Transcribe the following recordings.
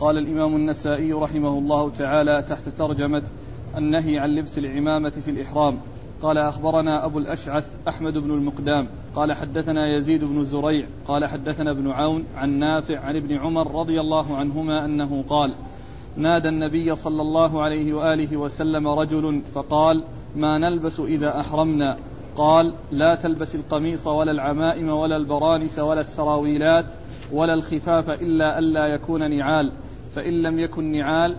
قال الإمام النسائي رحمه الله تعالى تحت ترجمة النهي عن لبس العمامة في الإحرام. قال أخبرنا أبو الأشعث أحمد بن المقدام قال حدثنا يزيد بن زريع قال حدثنا ابن عون عن نافع عن ابن عمر رضي الله عنهما أنه قال نادى النبي صلى الله عليه وآله وسلم رجل فقال ما نلبس إذا أحرمنا؟ قال لا تلبس القميص ولا العمائم ولا البرانس ولا السراويلات ولا الخفاف إلا ألا يكون نعال، فإن لم يكن نعال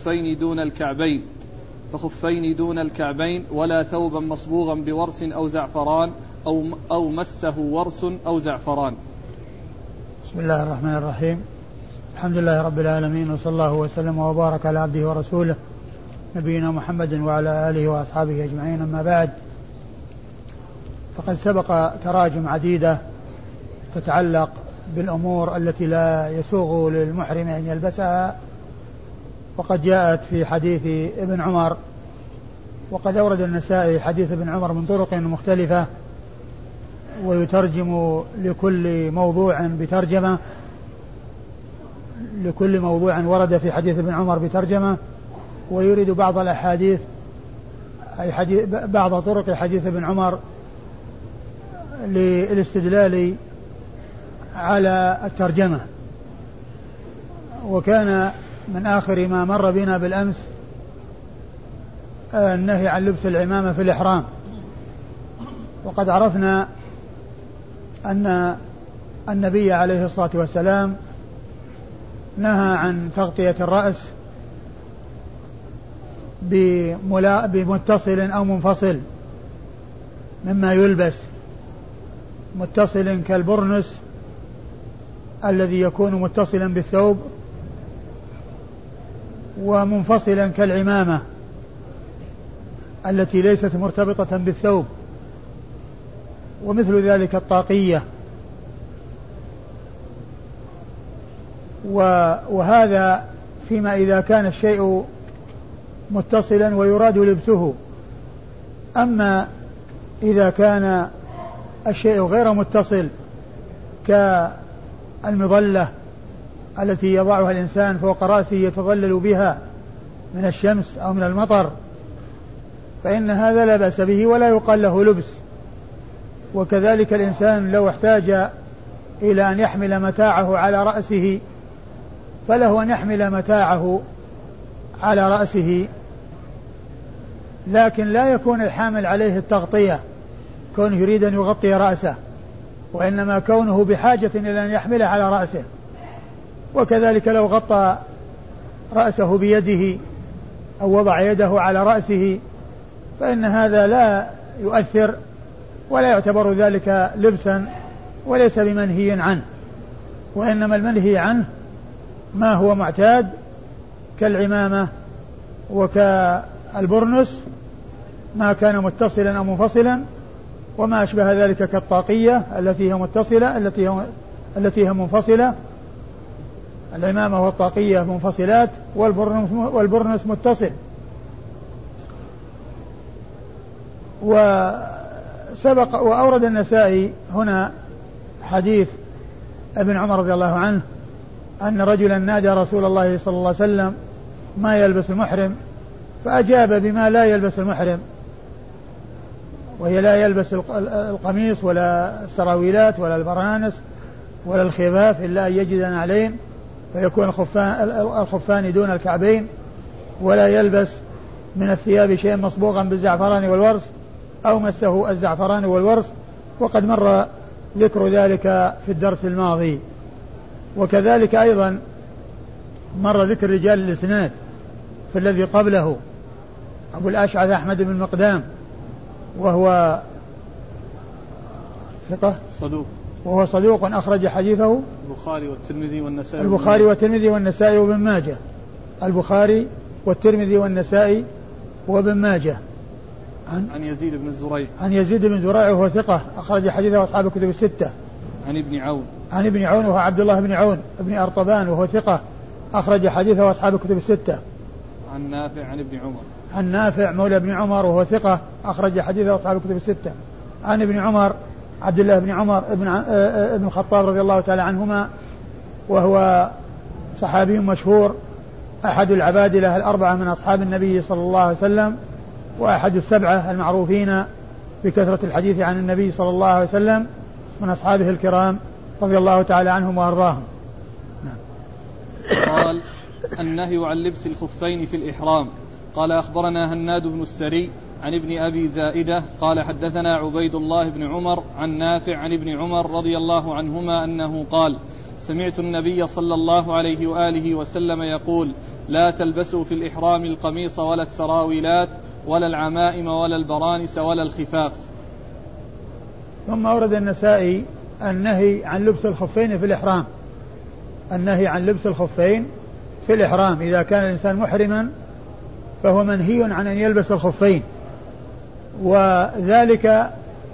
فخفين دون الكعبين ولا ثوبا مصبوغا بورس أو زعفران أو مسه ورس أو زعفران. بسم الله الرحمن الرحيم. الحمد لله رب العالمين، وصلى الله وسلم وبارك على عبده ورسوله نبينا محمد وعلى آله وأصحابه أجمعين. أما بعد، فقد سبق تراجم عديدة تتعلق بالأمور التي لا يسوغ للمحرم أن يلبسها، وقد جاءت في حديث ابن عمر، وقد أورد النسائي حديث ابن عمر من طرق مختلفة، ويترجم لكل موضوع بترجمة، لكل موضوع ورد في حديث ابن عمر بترجمة، ويريد بعض الأحاديث أي بعض طرق حديث ابن عمر للاستدلال على الترجمة. وكان من آخر ما مر بنا بالأمس النهي عن لبس العمامة في الإحرام، وقد عرفنا أن النبي عليه الصلاة والسلام نهى عن تغطية الرأس بمتصل أو منفصل مما يلبس، متصل كالبرنس الذي يكون متصلا بالثوب، ومنفصلا كالعمامة التي ليست مرتبطة بالثوب، ومثل ذلك الطاقية. وهذا فيما إذا كان الشيء متصلا ويراد لبسه. أما إذا كان الشيء غير متصل كالمظلة التي يضعها الإنسان فوق رأسه يتظلل بها من الشمس أو من المطر، فإن هذا لا بأس به ولا يقال له لبس. وكذلك الإنسان لو احتاج إلى أن يحمل متاعه على رأسه فله أن يحمل متاعه على رأسه، لكن لا يكون الحامل عليه التغطية كونه يريد أن يغطي رأسه، وإنما كونه بحاجة إلى أن يحمله على رأسه. وكذلك لو غطى رأسه بيده أو وضع يده على رأسه فإن هذا لا يؤثر ولا يعتبر ذلك لبسا وليس بمنهي عنه، وإنما المنهي عنه ما هو معتاد كالعمامة وكالبرنس ما كان متصلا أو منفصلا، وما أشبه ذلك كالطاقية التي هي متصلة التي هي منفصلة. العمامة والطاقية منفصلات والبرنس متصل. وسبق وأورد النسائي هنا حديث ابن عمر رضي الله عنه أن رجلا نادى رسول الله صلى الله عليه وسلم ما يلبس المحرم، فأجاب بما لا يلبس المحرم، وهي لا يلبس القميص ولا السراويلات ولا البرانس ولا الخفاف إلا أن يجد نعلين فيكون الخفان دون الكعبين، ولا يلبس من الثياب شيء مصبوغا بالزعفران والورس أو مسه الزعفران والورس، وقد مر ذكر ذلك في الدرس الماضي. وكذلك أيضا مر ذكر رجال الإسناد في الذي قبله أبو الأشعث أحمد بن المقدام وهو ثقة صدوق أخرج حديثه البخاري والترمذي والنسائي وابن ماجه. البخاري والترمذي والنسائي وابن ماجه. عن يزيد بن زريع وهو ثقة أخرج حديثه أصحاب الكتب الستة. عن ابن عون وهو عبد الله بن عون ابن أرطبان وهو ثقة أخرج حديثه أصحاب الكتب الستة. عن نافع مولى ابن عمر وهو ثقة أخرج حديثه أصحاب الكتب الستة. عن ابن عمر عبد الله بن عمر ابن الخطاب رضي الله تعالى عنهما وهو صحابي مشهور، أحد العبادلة الأربعة من أصحاب النبي صلى الله عليه وسلم، وأحد السبعة المعروفين بكثرة الحديث عن النبي صلى الله عليه وسلم من أصحابه الكرام رضي الله تعالى عنهم وأرضاهم. قال: النهي عن لبس الخفين في الإحرام. قال: أخبرنا هناد بن السري عن ابن أبي زائدة قال: حدثنا عبيد الله بن عمر عن نافع عن ابن عمر رضي الله عنهما أنه قال: سمعت النبي صلى الله عليه وآله وسلم يقول: لا تلبسوا في الإحرام القميص ولا السراويلات ولا العمائم ولا البرانس ولا الخفاف. ثم أورد النسائي النهي عن لبس الخفين في الإحرام. النهي عن لبس الخفين في الإحرام، إذا كان الإنسان محرما فهو منهي عن أن يلبس الخفين، وذلك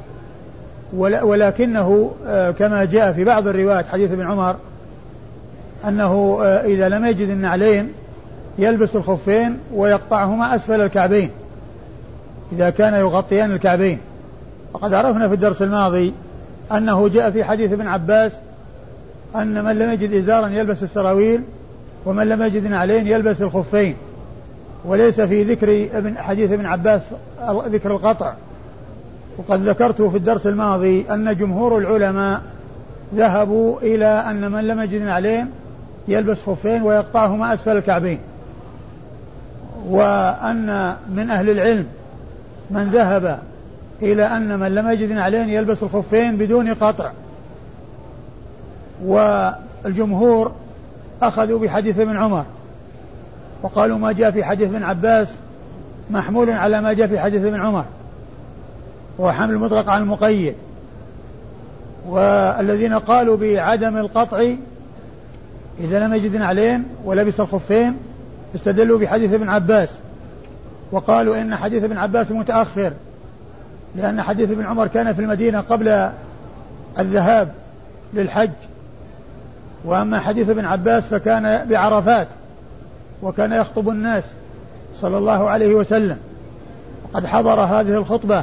ولكنه كما جاء في بعض الروايات حديث ابن عمر أنه إذا لم يجد النعلين يلبس الخفين ويقطعهما أسفل الكعبين إذا كان يغطيان الكعبين. وقد عرفنا في الدرس الماضي أنه جاء في حديث ابن عباس أن من لم يجد إزارا يلبس السراويل ومن لم يجد نعلين يلبس الخفين، وليس في ذكر حديث ابن عباس ذكر القطع. وقد ذكرت في الدرس الماضي أن جمهور العلماء ذهبوا إلى أن من لم يجد نعلين يلبس خفين ويقطعهما أسفل الكعبين، وأن من أهل العلم من ذهب إلى أن من لم يجد نعلين يلبس الخفين بدون قطع، والجمهور أخذوا بحديث ابن عمر وقالوا ما جاء في حديث ابن عباس محمول على ما جاء في حديث ابن عمر، وحمل المطلق على المقيد. والذين قالوا بعدم القطع إذا لم يجد نعلين ولبس الخفين استدلوا بحديث ابن عباس، وقالوا إن حديث ابن عباس متأخر لأن حديث ابن عمر كان في المدينة قبل الذهاب للحج، وأما حديث ابن عباس فكان بعرفات وكان يخطب الناس صلى الله عليه وسلم، وقد حضر هذه الخطبة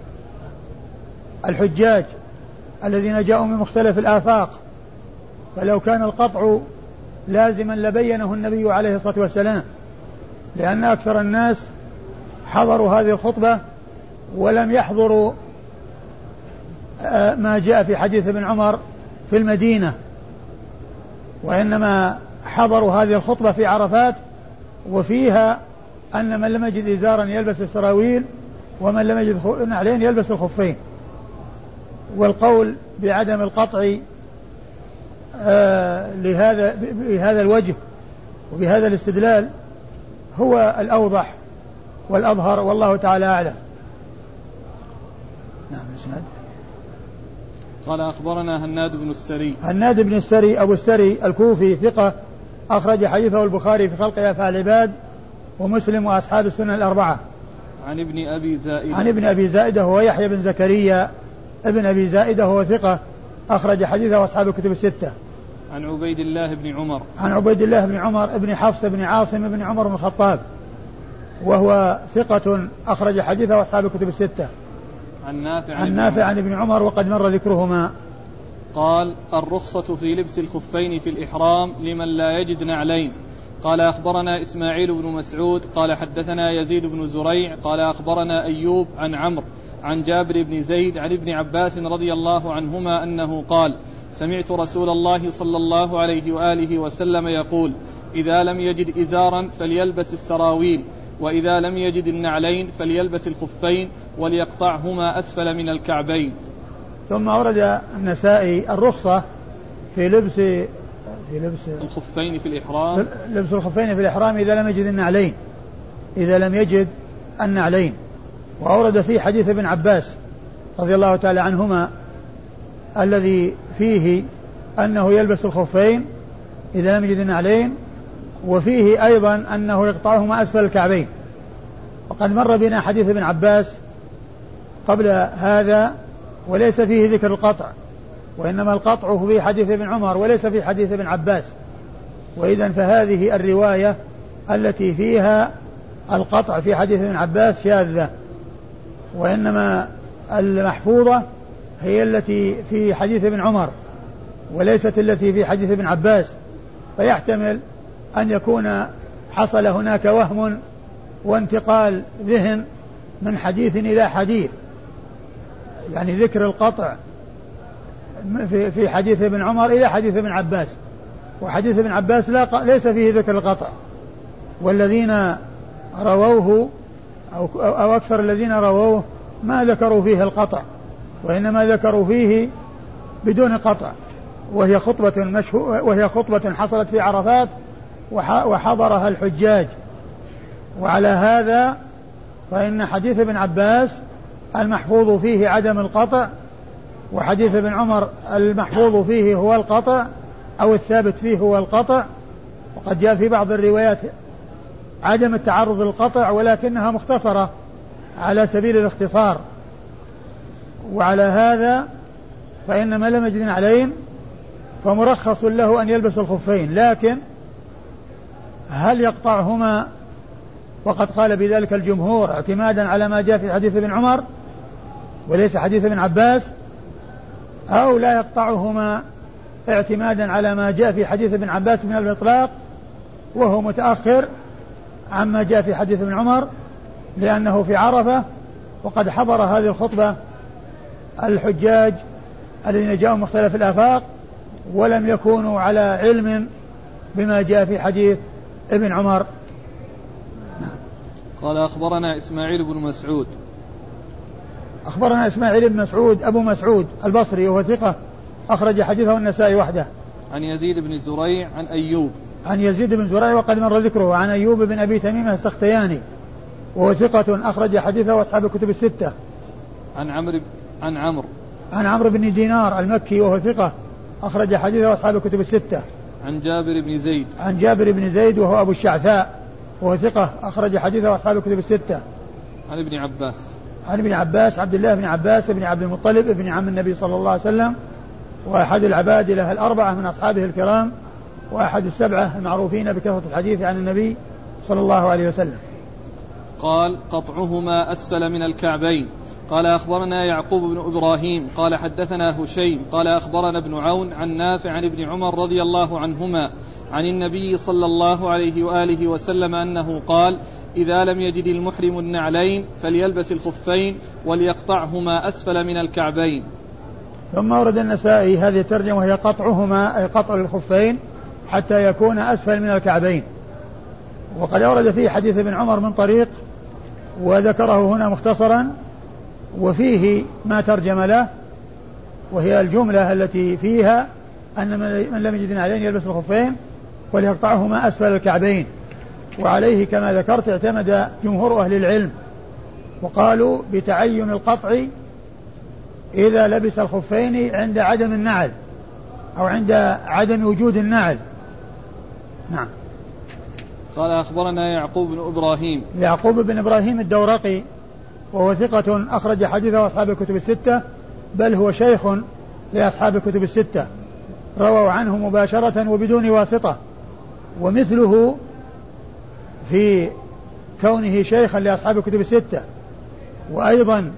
الحجاج الذين جاءوا من مختلف الآفاق، فلو كان القطع لازما لبينه النبي عليه الصلاة والسلام، لأن أكثر الناس حضروا هذه الخطبة ولم يحضروا ما جاء في حديث ابن عمر في المدينة، وإنما حضروا هذه الخطبة في عرفات، وفيها أن من لم يجد إزارا يلبس السراويل ومن لم يجد نعلين يلبس الخفين. والقول بعدم القطع بهذا الوجه وبهذا الاستدلال هو الأوضح والأظهر، والله تعالى أعلم. نعم. قال: أخبرنا هناد بن السري. هناد بن السري أبو السري الكوفي ثقة، أخرج حديثه البخاري في خلق أفعال العباد ومسلم وأصحاب السنن الأربعة. عن ابن أبي زائدة. عن ابن أبي زائدة هو يحيى بن زكريا ابن أبي زائدة هو ثقة، أخرج حديثه أصحاب الكتب الستة. عن عبيد الله بن عمر. عن عبيد الله بن عمر ابن حفص بن عاصم بن عمر بن الخطاب، وهو ثقة أخرج حديثه أصحاب الكتب الستة. عن نافع عن ابن عمر وقد مر ذكرهما. قال: الرخصة في لبس الخفين في الإحرام لمن لا يجد نعلين. قال: أخبرنا إسماعيل بن مسعود قال: حدثنا يزيد بن زريع قال: أخبرنا أيوب عن عمرو عن جابر بن زيد عن ابن عباس رضي الله عنهما أنه قال: سمعت رسول الله صلى الله عليه وآله وسلم يقول: إذا لم يجد إزارا فليلبس السراويل، وإذا لم يجد النعلين فليلبس الخفين وليقطعهما أسفل من الكعبين. ثم أورد النسائي الرخصة في لبس الخفين في الإحرام، لبس الخفين في الإحرام إذا لم يجد النعلين، إذا لم يجد النعلين. وأورد فيه حديث ابن عباس رضي الله تعالى عنهما الذي فيه أنه يلبس الخفين إذا لم يجد النعلين، وفيه أيضا أنه يقطعهما أسفل الكعبين. وقد مر بنا حديث ابن عباس قبل هذا وليس فيه ذكر القطع، وإنما القطع في حديث ابن عمر وليس في حديث ابن عباس. وإذن فهذه الرواية التي فيها القطع في حديث ابن عباس شاذة، وإنما المحفوظة هي التي في حديث ابن عمر وليست التي في حديث ابن عباس، فيحتمل أن يكون حصل هناك وهم وانتقال ذهن من حديث إلى حديث، يعني ذكر القطع في حديث ابن عمر إلى حديث ابن عباس، وحديث ابن عباس ليس فيه ذكر القطع، والذين رووه أو أكثر الذين رووه ما ذكروا فيه القطع، وإنما ذكروا فيه بدون قطع، وهي خطبة حصلت في عرفات وحضرها الحجاج. وعلى هذا فإن حديث ابن عباس المحفوظ فيه عدم القطع، وحديث ابن عمر المحفوظ فيه هو القطع أو الثابت فيه هو القطع. وقد جاء في بعض الروايات عدم التعرض للقطع ولكنها مختصرة على سبيل الاختصار. وعلى هذا فإن من لم يجد نعلين فمرخص له أن يلبس الخفين، لكن هل يقطعهما؟ وقد قال بذلك الجمهور اعتمادا على ما جاء في حديث ابن عمر وليس حديث ابن عباس، أو لا يقطعهما اعتمادا على ما جاء في حديث ابن عباس من الإطلاق وهو متأخر عما جاء في حديث ابن عمر، لأنه في عرفة وقد حضر هذه الخطبة الحجاج الذين جاءوا مختلف الآفاق ولم يكونوا على علم بما جاء في حديث ابن عمر. قال أخبرنا إسماعيل بن مسعود. أخبرنا إسماعيل بن مسعود أبو مسعود البصري وهو ثقة أخرج حديثه النسائي وحده. عن يزيد بن زريع عن أيوب. عن يزيد بن زريع وقد مر ذكره. عن أيوب بن أبي تميمة السختياني وهو ثقة أخرج حديثه وأصحاب الكتب الستة. عن عمرو بن دينار المكي وهو ثقة أخرج حديثه وأصحاب الكتب الستة. عن جابر بن زيد. عن جابر بن زيد وهو أبو الشعثاء وهو ثقة أخرج حديثه وأصحاب الكتب الستة. عن ابن عباس. عن ابن عباس عبد الله بن عباس بن عبد المطلب ابن عم النبي صلى الله عليه وسلم، وأحد العبادلة الأربعة من أصحابه الكرام، وأحد السبعة المعروفين بكثرة الحديث عن النبي صلى الله عليه وسلم. قال قطعهما أسفل من الكعبين. قال أخبرنا يعقوب بن إبراهيم قال حدثنا هشيم قال أخبرنا ابن عون عن نافع عن ابن عمر رضي الله عنهما عن النبي صلى الله عليه وآله وسلم أنه قال إذا لم يجد المحرم النعلين فليلبس الخفين وليقطعهما أسفل من الكعبين. ثم ورد النسائي هذه الترجمة وهي قطعهما أي قطع الخفين حتى يكون أسفل من الكعبين. وقد ورد فيه حديث ابن عمر من طريق وذكره هنا مختصرا، وفيه ما ترجم له، وهي الجملة التي فيها أن من لم يجد نعلين يلبس الخفين وليقطعهما أسفل الكعبين. وعليه كما ذكرت اعتمد جمهور أهل العلم وقالوا بتعين القطع إذا لبس الخفين عند عدم النعل أو عند عدم وجود النعل. نعم. قال أخبرنا يعقوب بن إبراهيم. يعقوب بن إبراهيم الدورقي وهو ثقة أخرج حديثه أصحاب الكتب الستة، بل هو شيخ لأصحاب الكتب الستة، رووا عنه مباشرة وبدون واسطة، ومثله في كونه شيخا لأصحاب الكتب الستة. وأيضا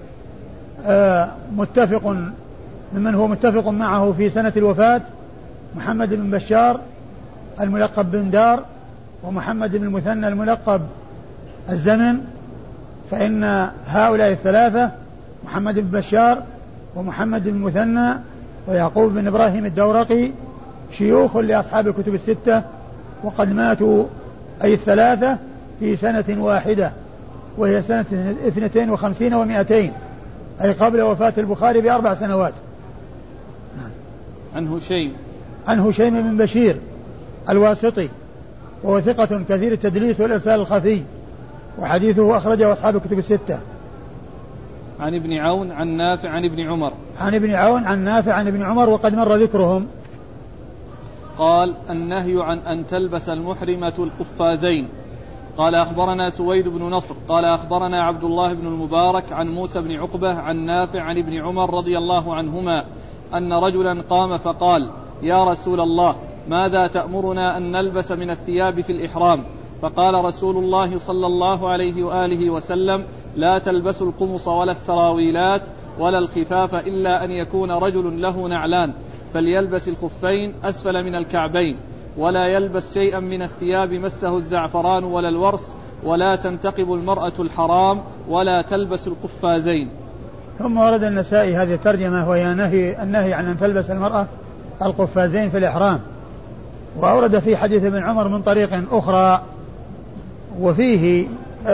متفق ممن هو متفق معه في سنة الوفاة محمد بن بشار الملقب بن دار، ومحمد بن المثنى الملقب الزمن، فإن هؤلاء الثلاثة محمد بن بشار ومحمد بن المثنى ويعقوب بن إبراهيم الدورقي شيوخ لأصحاب الكتب الستة، وقد ماتوا أي الثلاثة في سنة واحدة وهي سنة 52 و200 أي قبل وفاة البخاري ب4 سنوات. عن هشيم بن بشير الواسطي وهو ثقة كثير التدليس والإرسال الخفي، وحديثه أخرجه أصحاب الكتب الستة. عن ابن عون عن نافع عن ابن عمر. عن ابن عون عن نافع عن ابن عمر وقد مر ذكرهم. قال النهي عن أن تلبس المحرمة القفازين. قال أخبرنا سويد بن نصر قال أخبرنا عبد الله بن المبارك عن موسى بن عقبة عن نافع عن ابن عمر رضي الله عنهما أن رجلا قام فقال يا رسول الله ماذا تأمرنا أن نلبس من الثياب في الإحرام؟ فقال رسول الله صلى الله عليه وآله وسلم لا تلبسوا القمص ولا السراويلات ولا الخفاف إلا أن يكون رجل له نعلان فليلبس الخفين أسفل من الكعبين، ولا يلبس شيئا من الثياب مسه الزعفران ولا الورس، ولا تنتقب المرأة الحرام، ولا تلبس القفازين. ثم ورد النسائي هذه الترجمة وهي النهي عن أن تلبس المرأة القفازين في الإحرام. وأورد في حديث ابن عمر من طريق أخرى وفيه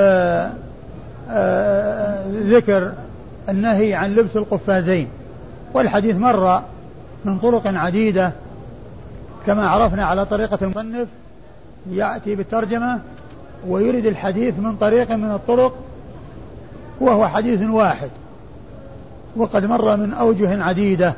ذكر النهي عن لبس القفازين، والحديث مر من طرق عديدة كما عرفنا على طريقة المصنف، يأتي بالترجمة ويرد الحديث من طريق من الطرق وهو حديث واحد وقد مر من أوجه عديدة.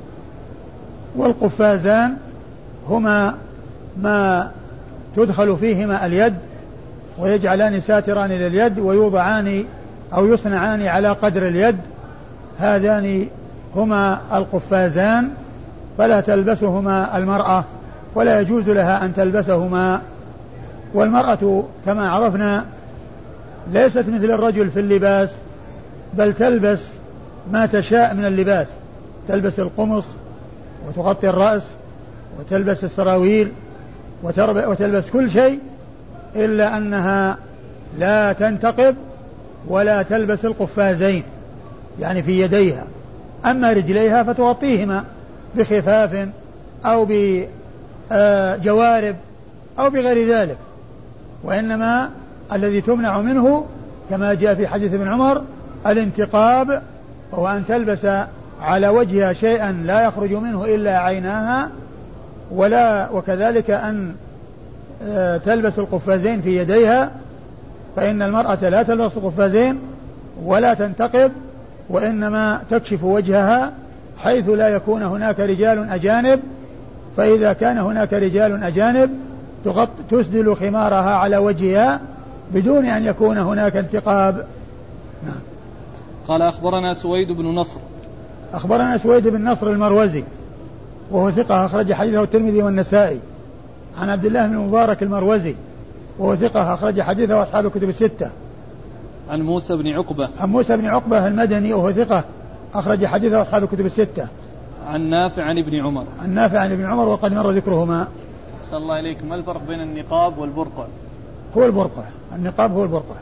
والقفازان هما ما تدخل فيهما اليد ويجعلان ساتران لليد ويوضعان أو يصنعان على قدر اليد، هذان هما القفازان، فلا تلبسهما المرأة ولا يجوز لها أن تلبسهما. والمرأة كما عرفنا ليست مثل الرجل في اللباس، بل تلبس ما تشاء من اللباس، تلبس القمص وتغطي الرأس وتلبس السراويل وتلبس كل شيء، إلا أنها لا تنتقب ولا تلبس القفازين يعني في يديها. أما رجليها فتغطيهما بخفاف أو بجوارب أو بغير ذلك، وإنما الذي تمنع منه كما جاء في حديث ابن عمر الانتقاب، وهو أن تلبس على وجهها شيئا لا يخرج منه إلا عيناها، وكذلك أن تلبس القفازين في يديها، فإن المرأة لا تلبس القفازين ولا تنتقب، وإنما تكشف وجهها حيث لا يكون هناك رجال أجانب، فإذا كان هناك رجال أجانب تسدل خمارها على وجهها بدون أن يكون هناك انتقاب. نعم. قال أخبرنا سويد بن نصر. أخبرنا سويد بن نصر المروزي وهو ثقة أخرج حديثه الترمذي والنسائي، عن عبد الله بن مبارك المروزي وهو ثقة أخرج حديثه أصحاب الكتب الستة. عن موسى بن عقبة. عن موسى بن عقبة المدني وهو ثقة أخرج حديثه أصحاب الكتب الستة. عن نافع عن ابن عمر. عن نافع عن ابن عمر وقد مر ذكرهما. صلى الله عليك. ما الفرق بين النقاب والبرقع؟ هو البرقع، النقاب هو البرقع.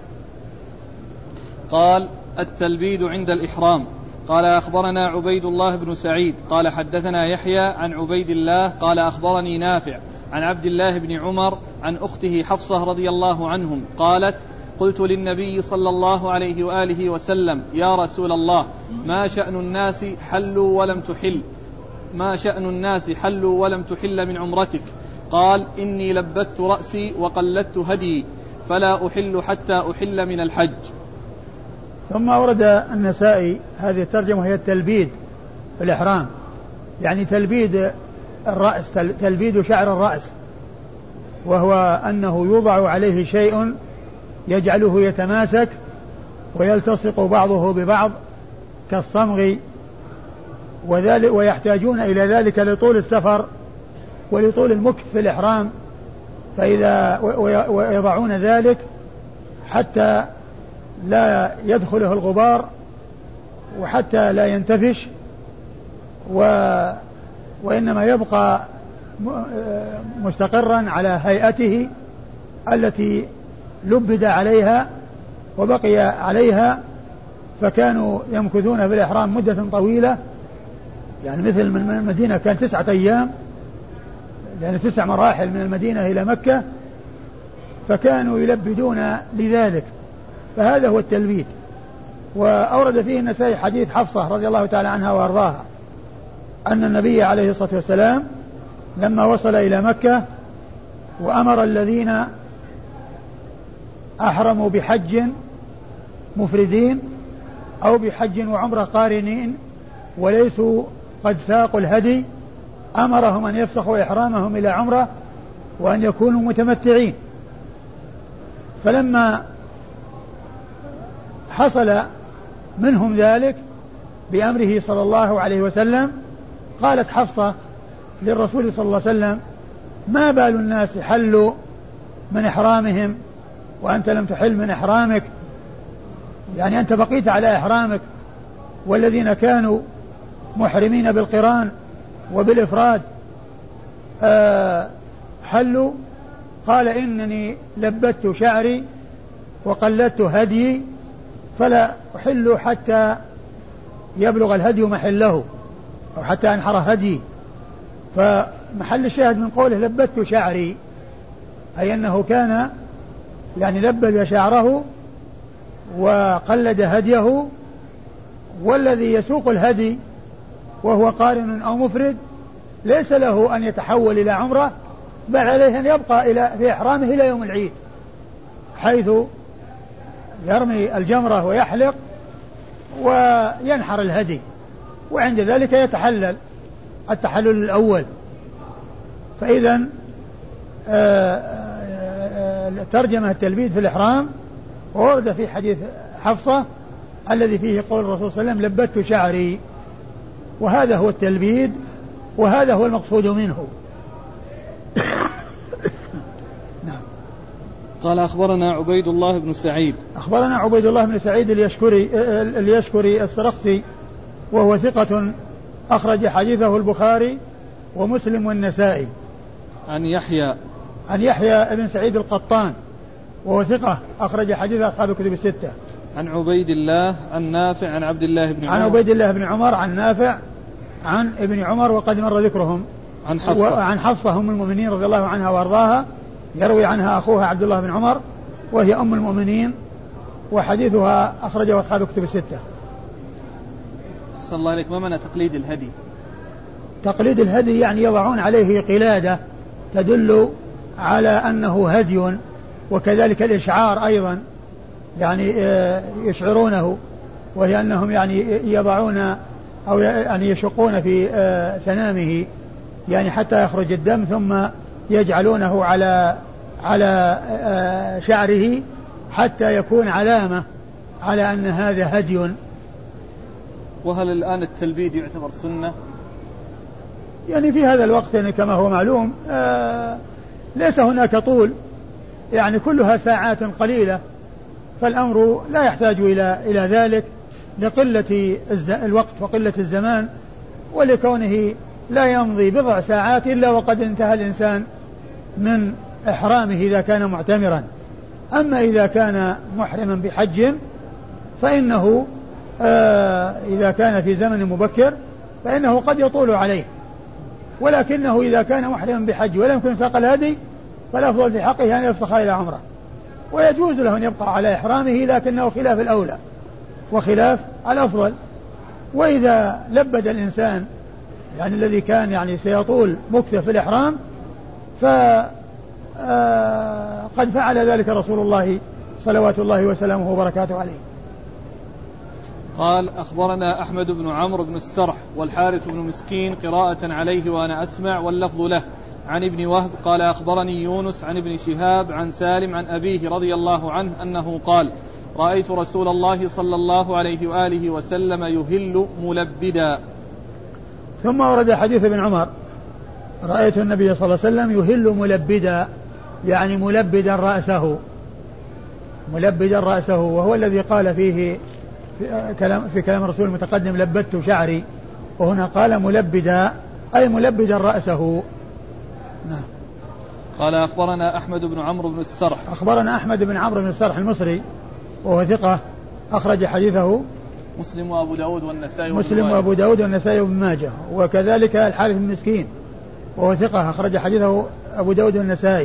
قال التلبيد عند الإحرام. قال أخبرنا عبيد الله بن سعيد قال حدثنا يحيى عن عبيد الله قال أخبرني نافع عن عبد الله بن عمر عن أخته حفصة رضي الله عنهم قالت قلت للنبي صلى الله عليه وآله وسلم يا رسول الله ما شأن الناس حلوا ولم تحل من عمرتك؟ قال إني لبت رأسي وقلدت هدي فلا أحل حتى أحل من الحج. ثم ورد النسائي هذه الترجمة هي التلبيد في الإحرام، يعني تلبيد الرأس، تلبيد شعر الرأس، وهو أنه يوضع عليه شيء يجعله يتماسك ويلتصق بعضه ببعض كالصمغ، ويحتاجون إلى ذلك لطول السفر ولطول المكث في الإحرام، ويضعون ذلك حتى لا يدخله الغبار وحتى لا ينتفش، وإنما يبقى مستقرا على هيئته التي لبد عليها وبقي عليها. فكانوا يمكثون في الإحرام مدة طويلة، يعني مثل من المدينة كان 9 أيام، يعني 9 مراحل من المدينة إلى مكة، فكانوا يلبدون لذلك، فهذا هو التلبيد. وأورد فيه النسائي حديث حفصة رضي الله تعالى عنها وأرضاها أن النبي عليه الصلاة والسلام لما وصل إلى مكة وأمر الذين أحرموا بحج مفردين أو بحج وعمرة قارنين وليسوا قد ساقوا الهدي، أمرهم أن يفسخوا إحرامهم إلى عمرة وأن يكونوا متمتعين. فلما حصل منهم ذلك بأمره صلى الله عليه وسلم قالت حفصة للرسول صلى الله عليه وسلم ما بال الناس حلوا من إحرامهم وأنت لم تحل من إحرامك، يعني أنت بقيت على إحرامك، والذين كانوا محرمين بالقران وبالإفراد حلوا قال إنني لبت شعري وقلدت هديي فلا أحل حتى يبلغ الهدي محله أو حتى أنحر هدي. فمحل الشاهد من قوله لبت شعري أي أنه كان يعني لبد شعره وقلد هديه، والذي يسوق الهدي وهو قارن أو مفرد ليس له أن يتحول إلى عمرة، بل عليه أن يبقى في إحرامه إلى يوم العيد، حيث يرمي الجمرة ويحلق وينحر الهدي، وعند ذلك يتحلل التحلل الأول. فإذا ترجمة التلبيد في الإحرام ورد في حديث حفصة الذي فيه قول الرسول صلى الله عليه وسلم لبت شعري، وهذا هو التلبيد وهذا هو المقصود منه. نعم. قال أخبرنا عبيد الله بن سعيد. أخبرنا عبيد الله بن سعيد اليشكري السرخسي وهو ثقة أخرج حديثه البخاري ومسلم والنسائي. عن يحيى بن سعيد القطان وهو ثقة أخرج حديث أصحاب الكتب الستة. عن عبيد الله عن نافع عن عبد الله بن عمر. عن عبيد الله بن عمر عن نافع عن ابن عمر وقد مر ذكرهم. عن حفصة أم المؤمنين رضي الله عنها وأرضاها، يروي عنها أخوها عبد الله بن عمر وهي أم المؤمنين، وحديثها أخرجه أصحاب الكتب الستة. صلى الله عليك. ما معنى تقليد الهدي؟ تقليد الهدي يعني يضعون عليه قلادة تدل على أنه هدي، وكذلك الإشعار أيضا يعني يشعرونه، وهي أنهم يعني يضعون أو يعني يشقون في سنامه يعني حتى يخرج الدم، ثم يجعلونه على شعره حتى يكون علامة على أن هذا هدي. وهل الآن التلبيد يعتبر سنة؟ يعني في هذا الوقت يعني كما هو معلوم ليس هناك طول، يعني كلها ساعات قليلة، فالأمر لا يحتاج إلى ذلك لقلة الوقت وقلة الزمان، ولكونه لا يمضي بضع ساعات إلا وقد انتهى الإنسان من إحرامه إذا كان معتمرا. أما إذا كان محرما بحج فإنه إذا كان في زمن مبكر فإنه قد يطول عليه، ولكنه إذا كان محرما بحج ولم يكن ساق الهدي فالأفضل في حقه أن يفسخ إلى عمره، ويجوز له أن يبقى على إحرامه لكنه خلاف الأولى وخلاف الأفضل. وإذا لبد الإنسان يعني الذي كان يعني سيطول مكثه في الإحرام فقد فعل ذلك رسول الله صلوات الله وسلامه وبركاته عليه. قال أخبرنا أحمد بن عمرو بن السرح والحارث بن مسكين قراءة عليه وأنا أسمع واللفظ له عن ابن وهب قال أخبرني يونس عن ابن شهاب عن سالم عن أبيه رضي الله عنه أنه قال رأيت رسول الله صلى الله عليه وآله وسلم يهل ملبدا. ثم ورد حديث ابن عمر رأيت النبي صلى الله عليه وسلم يهل ملبدا، يعني ملبدا رأسه، وهو الذي قال فيه في كلام الرسول المتقدم لبدت شعري، وهنا قال ملبدا أي ملبدا رأسه. نعم. قال أخبرنا أحمد بن عمرو بن السرح. أخبرنا أحمد بن عمرو بن السرح المصري وهو ثقة أخرج حديثه مسلم وأبو داود والنسائي وابن ماجه، وكذلك الحارث بن مسكين وهو ثقة أخرج حديثه أبو داود والنسائي.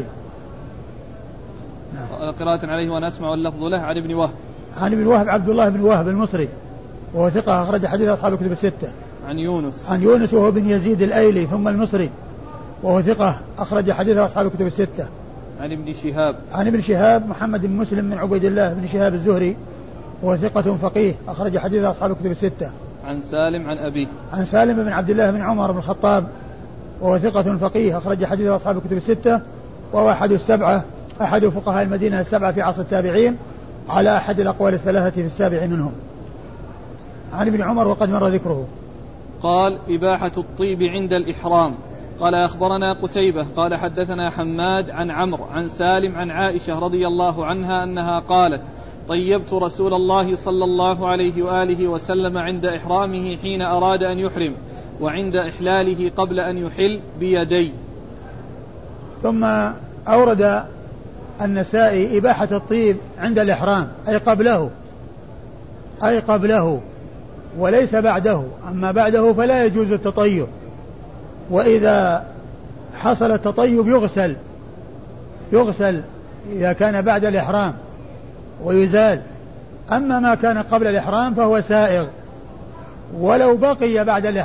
نعم. قراءة عليه وأنا أسمع واللفظ له عن ابن وهب. عن ابن وهب عبد الله بن وهب المصري وهو ثقة أخرج حديث أصحاب الكتب الستة. عن يونس وهو بن يزيد الأيلي ثم المصري وهو ثقة أخرج حديث أصحاب الكتب الستة. عن ابن شهاب محمد بن مسلم من عبيد الله بن شهاب الزهري وهو ثقة فقيه أخرج حديث أصحاب الكتب الستة. عن سالم عن أبيه. عن سالم بن عبد الله بن عمر بن الخطاب وهو ثقة فقيه أخرج حديث أصحاب الكتب الستة، وهو أحد فقهاء المدينة السبعة في عصر التابعين على أحد الأقوال الثلاثة في السابع منهم. عن ابن عمر وقد مر ذكره. قال إباحة الطيب عند الإحرام. قال أخبرنا قتيبة قال حدثنا حماد عن عمرو عن سالم عن عائشة رضي الله عنها أنها قالت طيبت رسول الله صلى الله عليه وآله وسلم عند إحرامه حين أراد أن يحرم وعند إحلاله قبل أن يحل بيدي. ثم أورد النسائي إباحة الطيب عند الإحرام أي قبله وليس بعده. أما بعده فلا يجوز التطيب، وإذا حصل التطيب يغسل إذا كان بعد الإحرام ويزال. أما ما كان قبل الإحرام فهو سائغ ولو بقي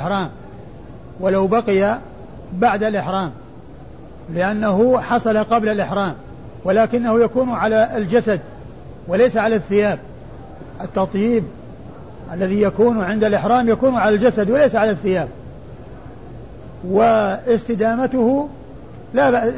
بعد الإحرام لأنه حصل قبل الإحرام، ولكنه يكون على الجسد وليس على الثياب. التطيب الذي يكون عند الإحرام يكون على الجسد وليس على الثياب. واستدامته لا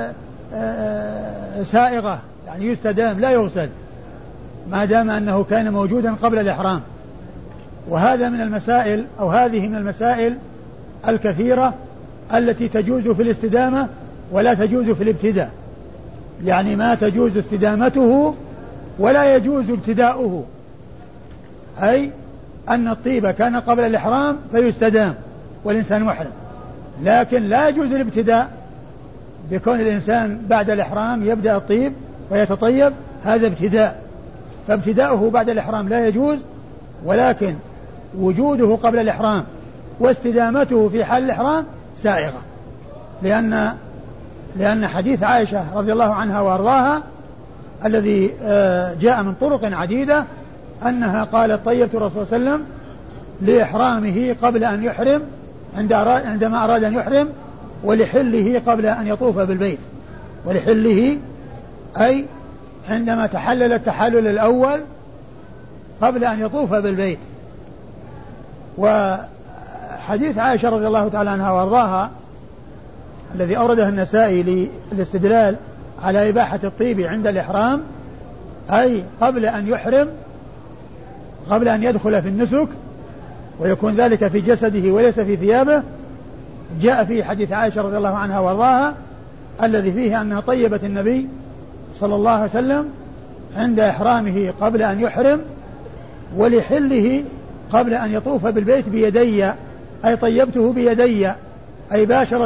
سائغة، يعني يستدام لا يغسل ما دام أنه كان موجودا قبل الإحرام. وهذا من المسائل أو هذه من المسائل الكثيرة التي تجوز في الاستدامة ولا تجوز في الابتداء، يعني ما تجوز استدامته ولا يجوز ابتداؤه، أي أن الطيب كان قبل الإحرام فيستدام والإنسان محرم، لكن لا يجوز الابتداء بكون الإنسان بعد الإحرام يبدأ الطيب ويتطيب، هذا ابتداء، فابتداؤه بعد الإحرام لا يجوز، ولكن وجوده قبل الإحرام واستدامته في حال الإحرام سائغة، لأن حديث عائشة رضي الله عنها وأرضاها الذي جاء من طرق عديدة أنها قالت طيبت الرسول صلى الله عليه وسلم لإحرامه قبل أن يحرم عندما أراد أن يحرم، ولحله قبل أن يطوف بالبيت. ولحله أي عندما تحلل التحلل الأول قبل أن يطوف بالبيت. وحديث عائشة رضي الله تعالى عنها وأرضاها الذي أورده النسائي للاستدلال على إباحة الطيب عند الإحرام، أي قبل أن يحرم، قبل أن يدخل في النسك، ويكون ذلك في جسده وليس في ثيابه، جاء في حديث عائشة رضي الله عنها وارضاها الذي فيه أنها طيبت النبي صلى الله عليه وسلم عند إحرامه قبل أن يحرم، ولحله قبل أن يطوف بالبيت بيدي، أي طيبته بيدي، أي باشرت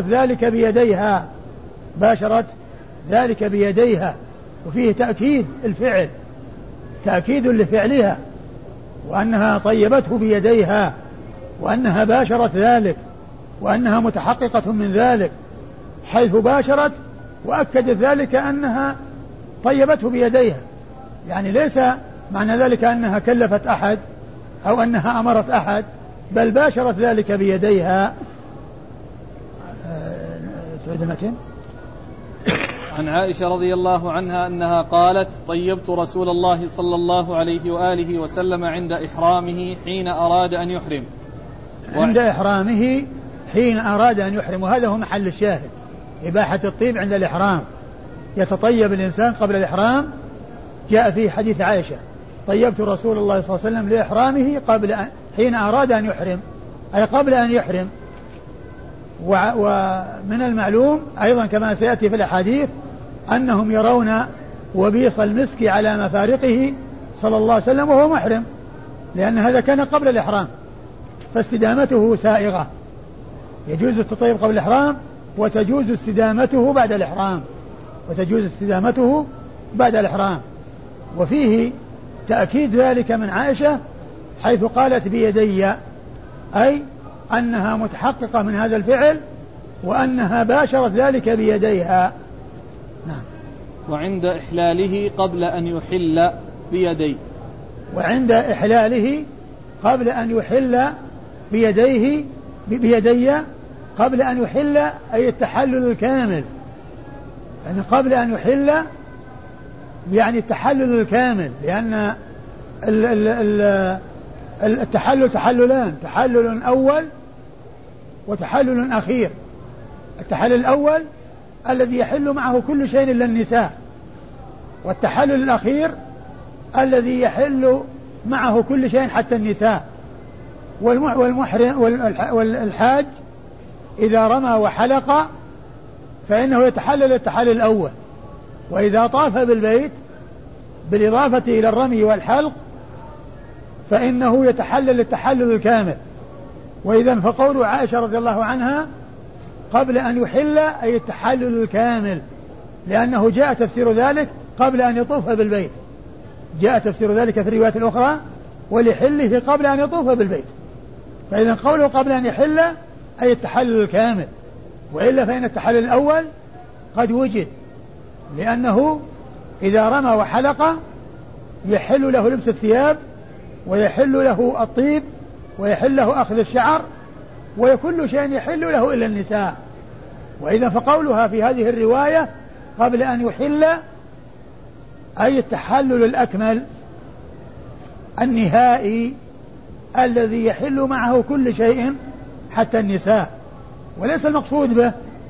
ذلك بيديها، وفيه تأكيد الفعل، تأكيد لفعلها، وأنها طيبته بيديها، وأنها باشرت ذلك، وأنها متحققة من ذلك، حيث باشرت وأكدت ذلك أنها طيبته بيديها، يعني ليس معنى ذلك أنها كلفت أحد أو أنها أمرت أحد، بل باشرت ذلك بيديها. تعيد المتن. عن عائشة رضي الله عنها أنها قالت طيبت رسول الله صلى الله عليه وآله وسلم عند إحرامه حين أراد أن يحرم. عند إحرامه حين أراد أن يحرم، وهذا هو محل الشاهد، إباحة الطيب عند الإحرام، يتطيب الإنسان قبل الإحرام. جاء في حديث عائشة طيبت رسول الله صلى الله عليه وسلم لإحرامه حين أراد أن يحرم، أي قبل أن يحرم. ومن المعلوم أيضا كما سيأتي في الأحاديث أنهم يرون وبيص المسك على مفارقه صلى الله عليه وسلم وهو محرم، لأن هذا كان قبل الإحرام، فاستدامته سائغة، يجوز التطيب قبل الإحرام وتجوز استدامته بعد الإحرام. وفيه تأكيد ذلك من عائشة حيث قالت بيدي، أي أنها متحققة من هذا الفعل وأنها باشرت ذلك بيديها. نعم. وعند إحلاله قبل أن يحل بيدي، وعند إحلاله قبل أن يحل بيدي قبل أن يحل أي التحلل الكامل، يعني قبل أن يحل يعني التحلل الكامل، لأن التحلل تحللان، تحلل أول وتحلل أخير. التحلل الأول الذي يحل معه كل شيء إلا النساء، والتحلل الأخير الذي يحل معه كل شيء حتى النساء. والمحرم والحاج إذا رمى وحلق فإنه يتحلل التحلل الأول، وإذا طاف بالبيت بالإضافة إلى الرمي والحلق فإنه يتحلل التحلل الكامل. وإذا فقول عائشة رضي الله عنها قبل أن يحل أي التحلل الكامل، لأنه جاء تفسير ذلك قبل أن يطوف بالبيت، جاء تفسير ذلك في الروايات الأخرى ولحله قبل أن يطوف بالبيت. فإذا قوله قبل أن يحل أي التحلل الكامل، وإلا فإن التحلل الأول قد وجد، لأنه إذا رمى وحلق يحل له لبس الثياب ويحل له الطيب ويحل له أخذ الشعر وكل شيء يحل له إلا النساء. وإذا فقولها في هذه الرواية قبل أن يحل أي التحلل الأكمل النهائي الذي يحل معه كل شيء حتى النساء، وليس المقصود به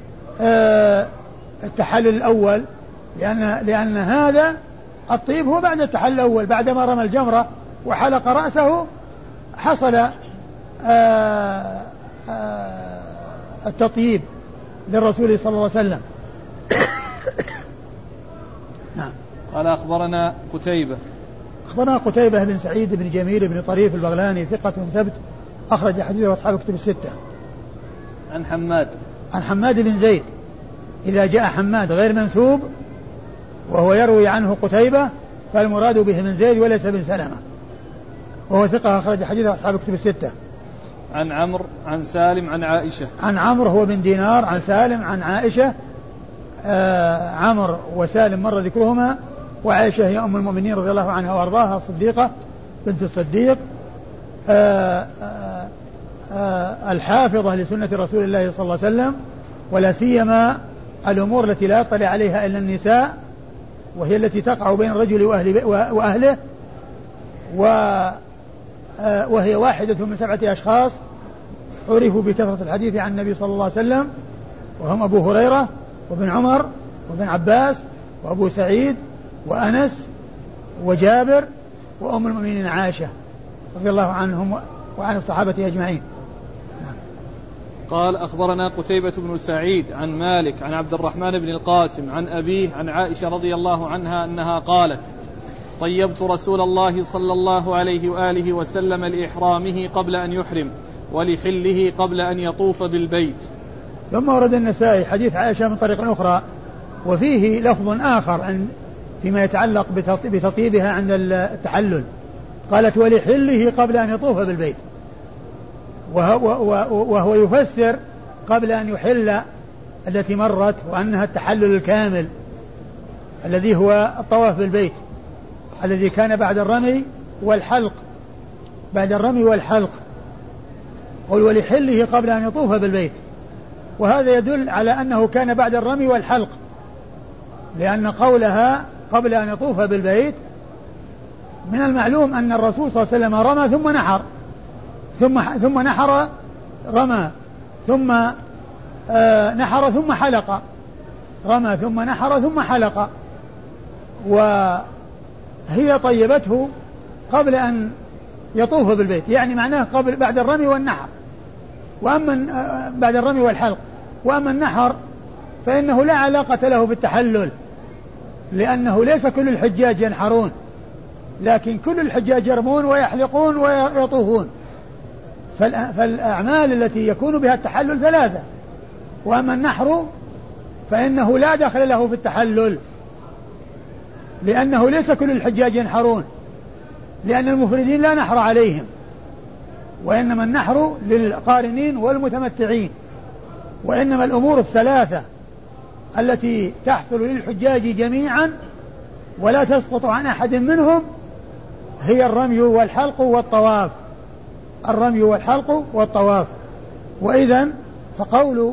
التحلل الأول، لأن هذا الطيب هو بعد التحلل الأول، بعدما رمى الجمرة وحلق رأسه حصل التطيب للرسول صلى الله عليه وسلم. نعم. قال أخبرنا قتيبة بن سعيد بن جميل بن طريف البغلاني ثقة ثبت أخرج حديثه أصحاب كتب الستة. عن حماد بن زيد، إذا جاء حماد غير منسوب وهو يروي عنه قتيبة فالمراد به من زيد وليس بن سلمة، وهو ثقة أخرج حديثه أصحاب كتب الستة. عن عمرو عن سالم عن عائشة. عن عمرو هو بن دينار عن سالم عن عائشة. عمرو وسالم مر ذكرهما، وعائشة هي أم المؤمنين رضي الله عنها وأرضاها الصديقة بنت الصديق الحافظة لسنة رسول الله صلى الله عليه وسلم، ولا سيما الأمور التي لا يطلع عليها إلا النساء، وهي التي تقع بين الرجل وأهله، وهي واحدة من 7 أشخاص عرفوا بكثرة الحديث عن النبي صلى الله عليه وسلم، وهم أبو هريرة وابن عمر وابن عباس وأبو سعيد وأنس وجابر وأم المؤمنين عائشة رضي الله عنهم وعن الصحابة أجمعين. قال أخبرنا قتيبة بن سعيد عن مالك عن عبد الرحمن بن القاسم عن أبيه عن عائشة رضي الله عنها أنها قالت: طيبت رسول الله صلى الله عليه وآله وسلم لإحرامه قبل أن يحرم ولحله قبل أن يطوف بالبيت. ثم ورد النسائي حديث عائشة من طريق أخرى وفيه لفظ آخر فيما يتعلق بتطيبها عند التحلل، قالت: ولحله قبل أن يطوف بالبيت، وهو يفسر قبل أن يحل التي مرت وأنها التحلل الكامل الذي هو الطواف بالبيت الذي كان بعد الرمي والحلق، قل ولحله قبل أن يطوف بالبيت، وهذا يدل على أنه كان بعد الرمي والحلق، لأن قولها قبل أن يطوف بالبيت من المعلوم أن الرسول صلى الله عليه وسلم رمى ثم نحر ثم نحر رمى ثم نحر ثم حلق، رمى ثم نحر ثم حلق، وهي طيبته قبل أن يطوف بالبيت، يعني معناه بعد الرمي والنحر، وأما بعد الرمي والحلق. وأما النحر فإنه لا علاقة له بالتحلل، لأنه ليس كل الحجاج ينحرون، لكن كل الحجاج يرمون ويحلقون ويطوفون، فالأعمال التي يكون بها التحلل 3. وأما النحر فإنه لا دخل له في التحلل، لأنه ليس كل الحجاج ينحرون، لأن المفردين لا نحر عليهم، وإنما النحر للقارنين والمتمتعين. وإنما الأمور 3 التي تحصل للحجاج جميعا ولا تسقط عن أحد منهم هي الرمي والحلق والطواف، الرمي والحلق والطواف. وإذن فقول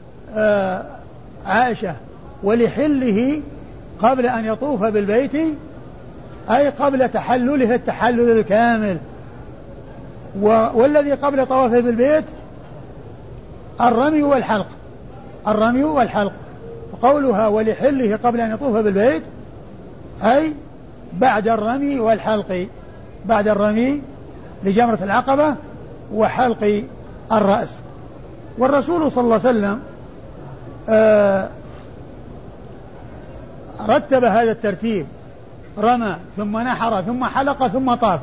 عائشة ولحله قبل أن يطوف بالبيت أي قبل تحلله التحلل الكامل، والذي قبل طوافه بالبيت الرمي والحلق. فقولها ولحله قبل أن يطوف بالبيت أي بعد الرمي والحلق، بعد الرمي لجمرة العقبة وحلق الرأس. والرسول صلى الله عليه وسلم رتب هذا الترتيب: رمى ثم نحر ثم حلق ثم طاف،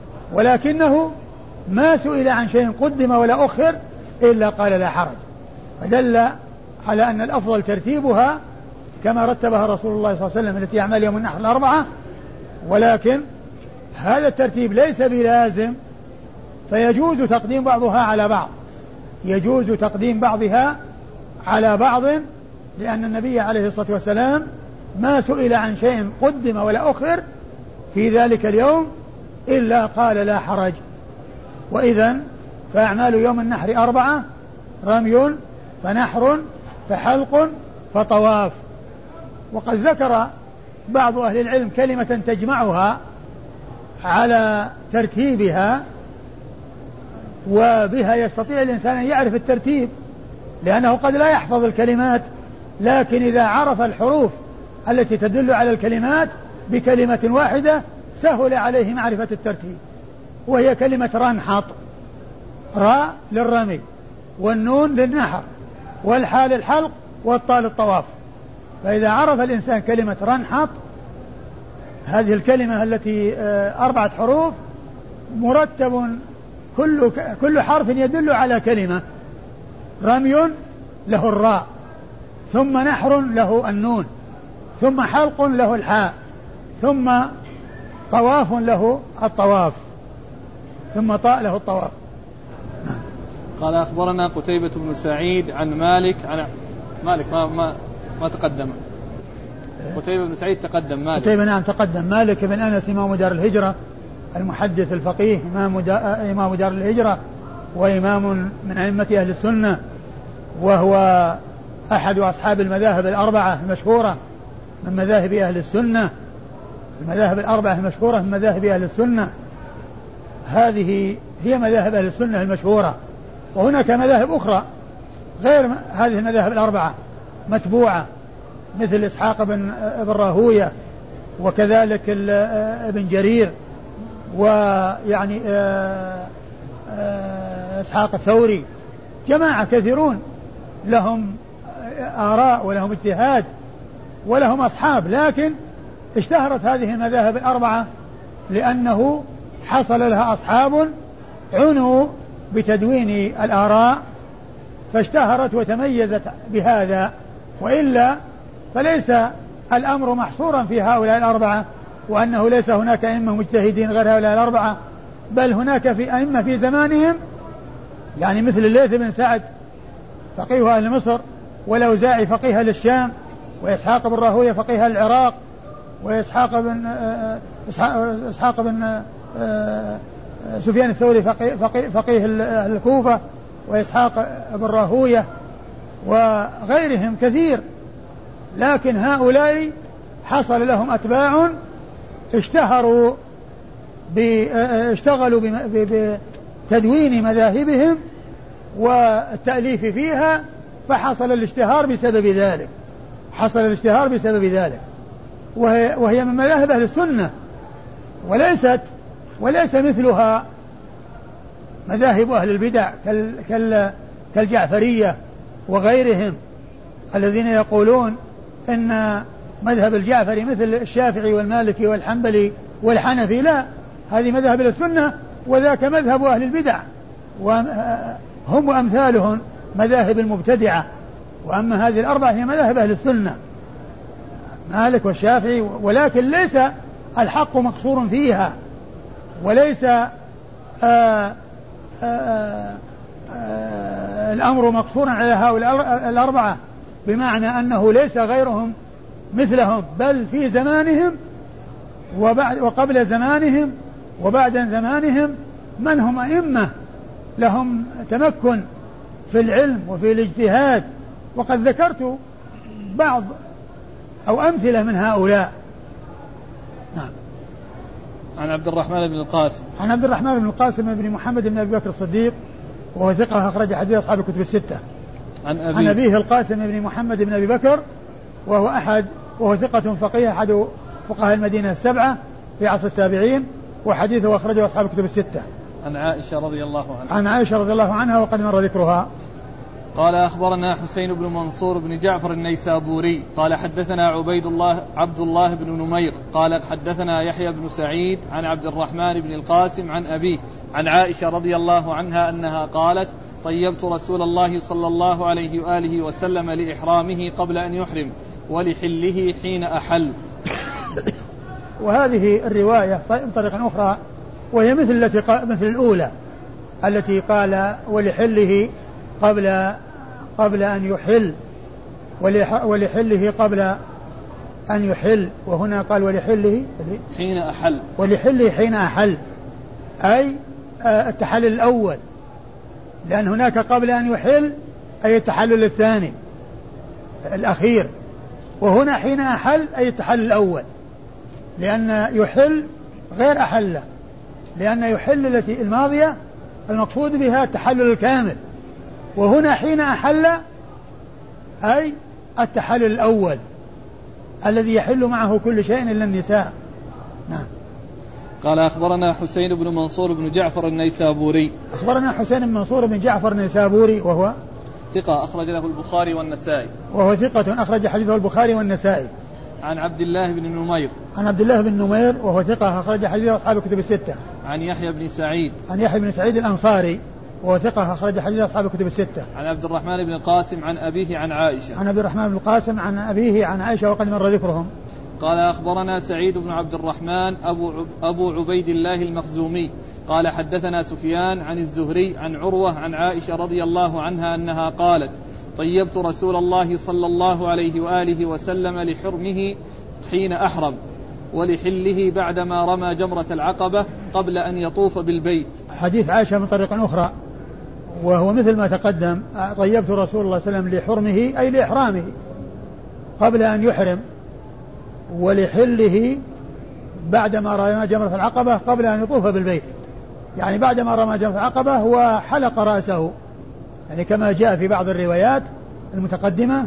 ولكنه ما سئل عن شيء قدم ولا أخر إلا قال لا حرج. فدل على أن الأفضل ترتيبها كما رتبها رسول الله صلى الله عليه وسلم التي يعمل يوم النحر الأربعة، ولكن هذا الترتيب ليس بلازم، فيجوز تقديم بعضها على بعض، يجوز تقديم بعضها على بعض، لأن النبي عليه الصلاة والسلام ما سئل عن شيء قدم ولا أخر في ذلك اليوم إلا قال لا حرج. وإذن فأعمال يوم النحر 4: رمي، فنحر، فحلق، فطواف. وقد ذكر بعض أهل العلم كلمة تجمعها على ترتيبها، وبها يستطيع الإنسان أن يعرف الترتيب، لأنه قد لا يحفظ الكلمات، لكن إذا عرف الحروف التي تدل على الكلمات بكلمة واحدة سهل عليه معرفة الترتيب، وهي كلمة رنحط، راء للرمي، والنون للنحر، والحاء للحلق، والطاء للطواف. فإذا عرف الإنسان كلمة رنحط، هذه الكلمة التي 4 حروف مرتب كل حرف يدل على كلمة. رمي له الراء، ثم نحر له النون، ثم حلق له الحاء، ثم طواف له الطواف، ثم طاء له الطواف. قال أخبرنا قتيبة بن سعيد عن مالك ما تقدم. قتيبة بن سعيد تقدم. مالك قتيبة نعم تقدم. مالك بن أنس إمام دار الهجرة المحدث الفقيه، إمام دار الهجرة، وإمام من أئمة أهل السنة، وهو أحد أصحاب المذاهب الأربعة المشهورة من مذاهب أهل السنة، المذاهب الأربعة المشهورة من مذاهب أهل السنة. هذه هي مذاهب أهل السنة المشهورة، وهناك مذاهب أخرى غير هذه المذاهب الأربعة متبوعة، مثل إسحاق بن راهوية، وكذلك ابن جرير، ويعني إسحاق الثوري، جماعة كثيرون لهم آراء ولهم اجتهاد ولهم أصحاب، لكن اشتهرت هذه المذاهب الأربعة لأنه حصل لها أصحاب عنوا بتدوين الآراء فاشتهرت وتميزت بهذا، وإلا فليس الأمر محصورا في هؤلاء الأربعة، وأنه ليس هناك أئمة مجتهدين غير هؤلاء الأربعة، بل هناك في أئمة في زمانهم، يعني مثل الليث بن سعد فقيه أهل مصر، والأوزاعي فقيه للشام، وإسحاق بن راهوية فقيه العراق، وإسحاق بن سفيان الثوري فقيه الكوفة، وإسحاق بن راهوية، وغيرهم كثير. لكن هؤلاء حصل لهم أتباع اشتغلوا بتدوين مذاهبهم والتأليف فيها، فحصل الاشتهار بسبب ذلك، وهي من مذاهب أهل السنة، وليس مثلها مذاهب أهل البدع كالجعفرية وغيرهم الذين يقولون إن مذهب الجعفري مثل الشافعي والمالكي والحنبلي والحنفي. لا، هذه مذهب السنة، وذاك مذهب أهل البدع، وهم وأمثالهم مذاهب المبتدعة. وأما هذه الأربعة هي مذاهب أهل السنة، مالك والشافعي، ولكن ليس الحق مقصور فيها، وليس الأمر مقصورا على هؤلاء الأربعة، بمعنى أنه ليس غيرهم مثلهم، بل في زمانهم وقبل زمانهم وبعد زمانهم من هم أئمة لهم تمكن في العلم وفي الاجتهاد، وقد ذكرت بعض أو أمثلة من هؤلاء. نعم. عن عبد الرحمن بن القاسم بن محمد بن أبي بكر الصديق، وهو ثقة أخرج حديث أصحاب الكتب الستة. عن أبيه القاسم بن محمد بن أبي بكر، وهو ثقة فقيه أحد فقهاء المدينة السبعة في عصر التابعين، وحديثه أخرجه أصحاب الكتب الستة. عن عائشة رضي الله عنها وقد مر ذكرها. قال أخبرنا حسين بن منصور بن جعفر النيسابوري قال حدثنا عبد الله بن نمير قال حدثنا يحيى بن سعيد عن عبد الرحمن بن القاسم عن أبيه عن عائشة رضي الله عنها أنها قالت طيبت رسول الله صلى الله عليه وآله وسلم لإحرامه قبل أن يحرم ولحله حين أحل. وهذه الرواية بطريقة أخرى وهي مثل الأولى التي قال ولحله قبل أن يحل، ولحله قبل أن يحل، وهنا قال ولحله حين أحل، ولحله حين أحل، أي التحلل الأول، لأن هناك قبل أن يحل أي التحلل الثاني الأخير، وهنا حين أحل أي التحلل الأول، لأن يحل غير أحل، لأن يحل التي الماضية المقصود بها التحلل الكامل، وهنا حين أحل أي التحلل الأول الذي يحل معه كل شيء إلا النساء. نعم. قال أخبرنا حسين بن منصور بن جعفر النيسابوري. أخبرنا حسين بن منصور بن جعفر النيسابوري وهو ثقة أخرج له البخاري والنسائي. وهو ثقة أخرج حديثه البخاري والنسائي. عن عبد الله بن نمير. عن عبد الله بن نمير وهو ثقة أخرج حديثه أصحاب الكتب الستة. عن يحيى بن سعيد. عن يحيى بن سعيد الأنصاري وهو ثقة أخرج حديث أصحاب الكتب الستة. عن عبد الرحمن بن القاسم عن أبيه عن عائشة. عن عبد الرحمن بن القاسم عن أبيه عن عائشة وقد مر ذكرهم. قال أخبرنا سعيد بن عبد الرحمن أبو عبيد الله المخزومي قال حدثنا سفيان عن الزهري عن عروة عن عائشة رضي الله عنها أنها قالت طيبت رسول الله صلى الله عليه وآله وسلم لحرمه حين أحرم ولحله بعدما رمى جمرة العقبة قبل أن يطوف بالبيت. حديث عائشة من طريق أخرى وهو مثل ما تقدم، طيبت رسول الله صلى الله عليه وسلم لحرمه أي لإحرامه قبل أن يحرم، ولحله بعدما رمى جمرة العقبة قبل أن يطوف بالبيت، يعني بعدما رمى جمرة العقبة هو حلق رأسه، يعني كما جاء في بعض الروايات المتقدمة،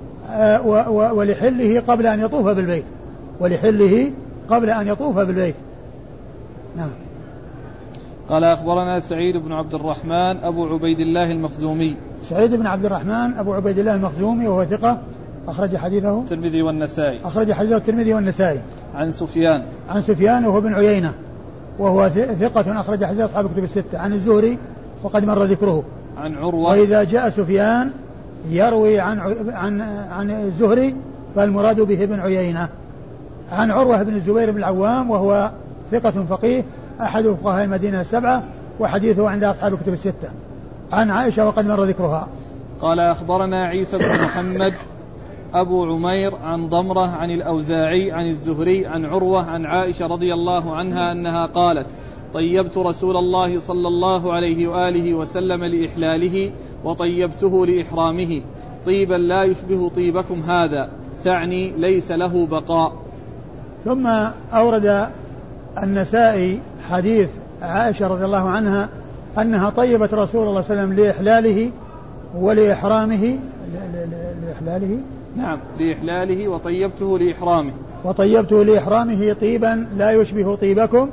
ولحله قبل أن يطوف بالبيت، ولحله قبل أن يطوف بالبيت. نعم. قال أخبرنا سعيد بن عبد الرحمن أبو عبيد الله المخزومي. سعيد بن عبد الرحمن أبو عبيد الله المخزومي وهو ثقة أخرج حديثه الترمذي والنسائي. أخرج حديثه الترمذي والنسائي. عن سفيان. عن سفيان وهو بن عيينة وهو ثقة أخرج حديث أصحاب الكتب الستة. عن الزهري وقد مر ذكره. عن عروة. وإذا جاء سفيان يروي عن الزهري فالمراد به ابن عيينة. عن عروة بن الزبير بن العوام وهو ثقة فقيه أحد فقهاء المدينة السبعة وحديثه عند أصحاب الكتب الستة. عن عائشة وقد مر ذكرها. قال أخبرنا عيسى بن محمد أبو عمير عن ضمرة عن الأوزاعي عن الزهري عن عروة عن عائشة رضي الله عنها أنها قالت طيبت رسول الله صلى الله عليه وآله وسلم لإحلاله وطيبته لإحرامه طيبا لا يشبه طيبكم هذا، تعني ليس له بقاء. ثم أورد النسائي حديث عائشة رضي الله عنها أنها طيبت رسول الله صلى الله عليه وسلم لإحلاله ولإحرامه. لإحلاله نعم لإحلاله وطيبته لإحرامه. وطيبته لإحرامه طيبا لا يشبه طيبكم.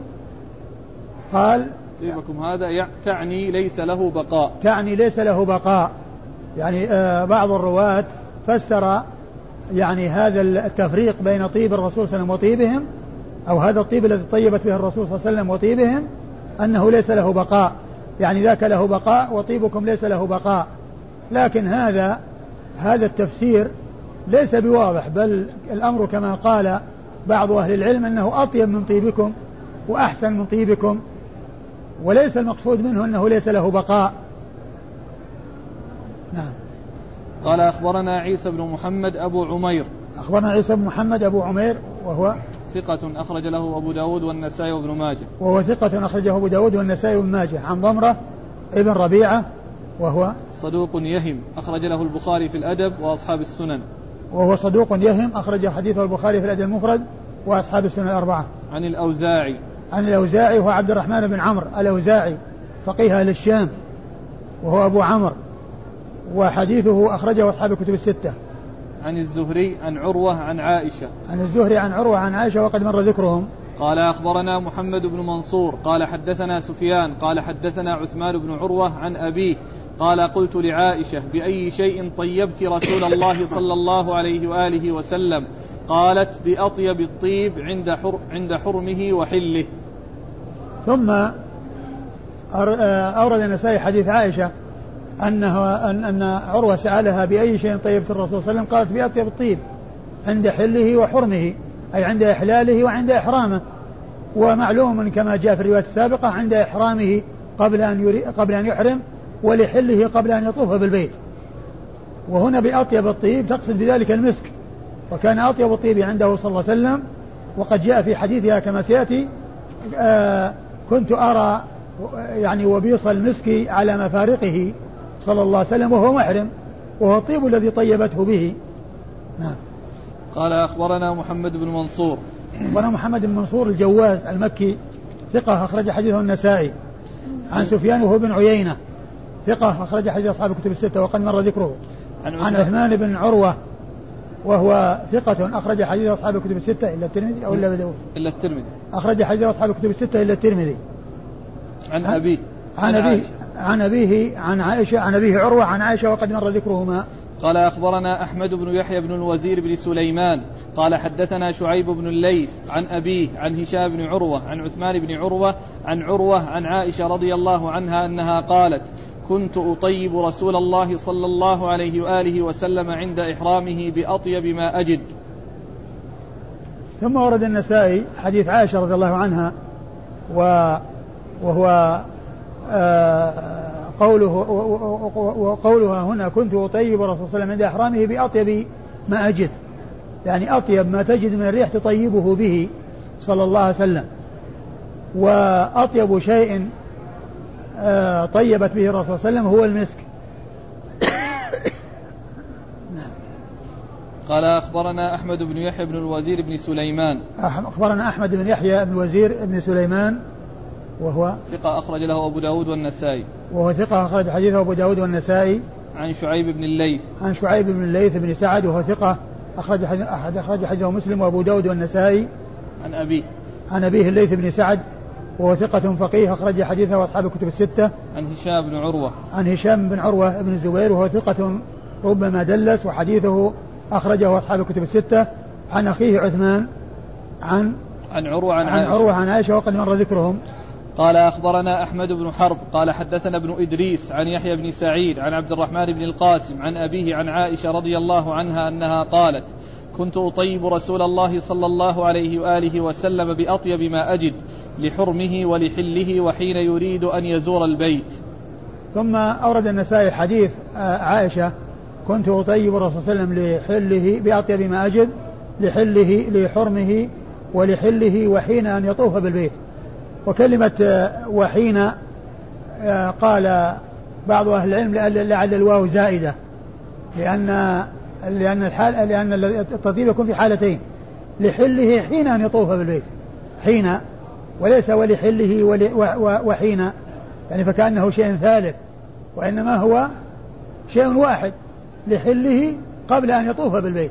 قال طيبكم هذا تعني ليس له بقاء. تعني ليس له بقاء، يعني بعض الرواة فسر يعني هذا التفريق بين طيب الرسول صلى الله عليه وسلم وطيبهم، أو هذا الطيب الذي طيبت به الرسول صلى الله عليه وسلم وطيبهم أنه ليس له بقاء، يعني ذاك له بقاء وطيبكم ليس له بقاء. لكن هذا التفسير ليس بواضح، بل الأمر كما قال بعض أهل العلم أنه أطيب من طيبكم وأحسن من طيبكم، وليس المقصود منه أنه ليس له بقاء. نعم. قال أخبرنا عيسى بن محمد أبو عمير. أخبرنا عيسى بن محمد أبو عمير وهو ثقة أخرج له أبو داود والنسائي وابن ماجه. وهو ثقة أخرجه أبو داود والنسائي وابن ماجه. عن ضمرة ابن ربيعة وهو صدوق يهم أخرج له البخاري في الأدب وأصحاب السنن. وهو صدوق يهم أخرج حديثه البخاري في الأدب المفرد وأصحاب السنن الأربعة. عن الأوزاعي. عن الأوزاعي وهو عبد الرحمن بن عمرو الأوزاعي فقيه أهل الشام وهو أبو عمرو، وحديثه أخرجه أصحاب الكتب الستة. عن الزهري عن عروة عن عائشة. عن الزهري عن عروة عن عائشة وقد مر ذكرهم. قال أخبرنا محمد بن منصور قال حدثنا سفيان قال حدثنا عثمان بن عروة عن أبيه قال قلت لعائشة بأي شيء طيبت رسول الله صلى الله عليه وآله وسلم؟ قالت بأطيب الطيب عند حرمه وحله. ثم أورد النسائي حديث عائشة أن عروة سألها بأي شيء طيبت الرسول صلى الله عليه وسلم، قالت بأطيب الطيب عند حله وحرمه، أي عند إحلاله وعند إحرامه. ومعلوم كما جاء في الرواية السابقة عند إحرامه قبل أن يحرم، ولحله قبل أن يطوف بالبيت. وهنا بأطيب الطيب تقصد بذلك المسك، وكان أطيب الطيب عنده صلى الله عليه وسلم. وقد جاء في حديثها كما سيأتي كنت أرى يعني وبيص المسك على مفارقه صلى الله عليه وسلم وهو محرم، وهو الطيب الذي طيبته به. نعم. قال أخبرنا محمد بن منصور. أخبرنا محمد بن منصور الجواز المكي ثقة أخرج حديثه النسائي. عن سفيان وهو بن عيينة ثقة أخرج حديث أصحاب الكتب الستة وقد مر ذكره. عن عثمان بن عروة وهو ثقة أخرج حديث أصحاب الكتب الستة إلا الترمذي أو إلا أبي داود؟ إلا الترمذي. أخرج حديث أصحاب الكتب الستة إلا الترمذي. عن أبيه. عن عائشة عن أبيه عروة عن عائشة وقد مر ذكرهما. قال أخبرنا أحمد بن يحيى بن الوزير بن سليمان قال حدثنا شعيب بن الليث عن أبيه عن هشام بن عروة عن عثمان بن عروة عن عروة عن عائشة رضي الله عنها أنها قالت كنت أطيب رسول الله صلى الله عليه وآله وسلم عند إحرامه بأطيب ما أجد. ثم ورد النسائي حديث عائشة رضي الله عنها وهو وقولها هنا كنت أطيب رسول الله صلى الله عليه وسلم عند إحرامه بأطيب ما أجد، يعني أطيب ما تجد من الريح تطيبه به صلى الله عليه وسلم. وأطيب شيء طيبت به الرسول صلى الله عليه وسلم هو المسك. قال أخبرنا أحمد بن يحيى بن الوزير بن سليمان. أخبرنا أحمد بن يحيى بن الوزير بن سليمان وهو ثقة أخرج له أبو داود والنسائي. وهو ثقة أخرج حديثه أبو داود والنسائي. عن شعيب بن الليث. عن شعيب بن الليث بن سعد وهو ثقة أخرج حديثه مسلم وأبو داود والنسائي. عن أبيه. عن أبيه الليث بن سعد وهو ثقة فقيه أخرج حديثه وأصحاب الكتب الستة. عن هشام بن عروة. عن هشام بن عروة بن الزبير وهو ثقة ربما دلس وحديثه أخرجه أصحاب الكتب الستة. عن أخيه عثمان عن عروة عن عائشة وقد مر ذكرهم. قال أخبرنا أحمد بن حرب قال حدثنا ابن إدريس عن يحيى بن سعيد عن عبد الرحمن بن القاسم عن أبيه عن عائشة رضي الله عنها أنها قالت كنت أطيب رسول الله صلى الله عليه وآله وسلم بأطيب ما أجد لحرمه ولحله وحين يريد أن يزور البيت. ثم أورد النسائي حديث عائشة كنت أطيب الرسول صلى الله عليه وسلم لحله بأطيب ما أجد لحله لحرمه ولحله وحين أن يطوف بالبيت. وكلمة وحين قال بعض أهل العلم لعل الواو زائدة لأن التطيب يكون في حالتين، لحله حين أن يطوف بالبيت حين، وليس ولحله وحين يعني فكأنه شيء ثالث، وإنما هو شيء واحد لحله قبل أن يطوف بالبيت،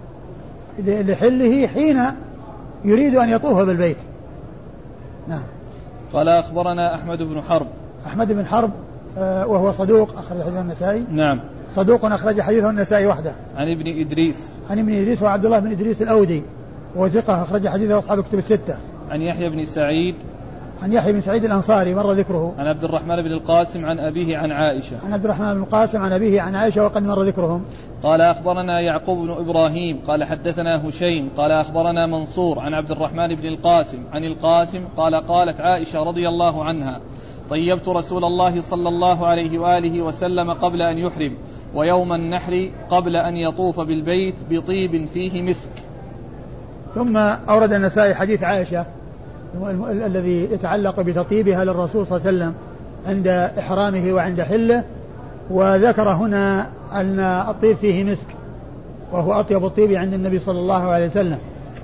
لحله حين يريد أن يطوف بالبيت. نعم. قال أخبرنا أحمد بن حرب. أحمد بن حرب وهو صدوق أخرج حديثه النسائي. نعم. صدوق أخرج حديثه النسائي وحده. عن ابن إدريس. عن ابن إدريس وعبد الله بن إدريس الأودي وهو ثقة أخرج حديثه أصحاب الكتب الستة. عن يحيى بن سعيد. عن يحيى بن سعيد الأنصاري مر ذكره. عن عبد الرحمن بن القاسم عن أبيه عن عائشة. عن عبد الرحمن بن القاسم عن أبيه عن عائشة وقد مر ذكرهم. قال أخبرنا يعقوب بن إبراهيم قال حدثنا هشيم قال أخبرنا منصور عن عبد الرحمن بن القاسم عن القاسم قال قالت عائشة رضي الله عنها طيبت رسول الله صلى الله عليه وآله وسلم قبل أن يحرم ويوم النحر قبل أن يطوف بالبيت بطيب فيه مسك. ثم أورد النسائي حديث عائشة الذي يتعلق بتطيبها للرسول صلى الله عليه وسلم عند إحرامه وعند حله، وذكر هنا أن الطيب فيه مسك وهو أطيب الطيب عند النبي صلى الله عليه وسلم.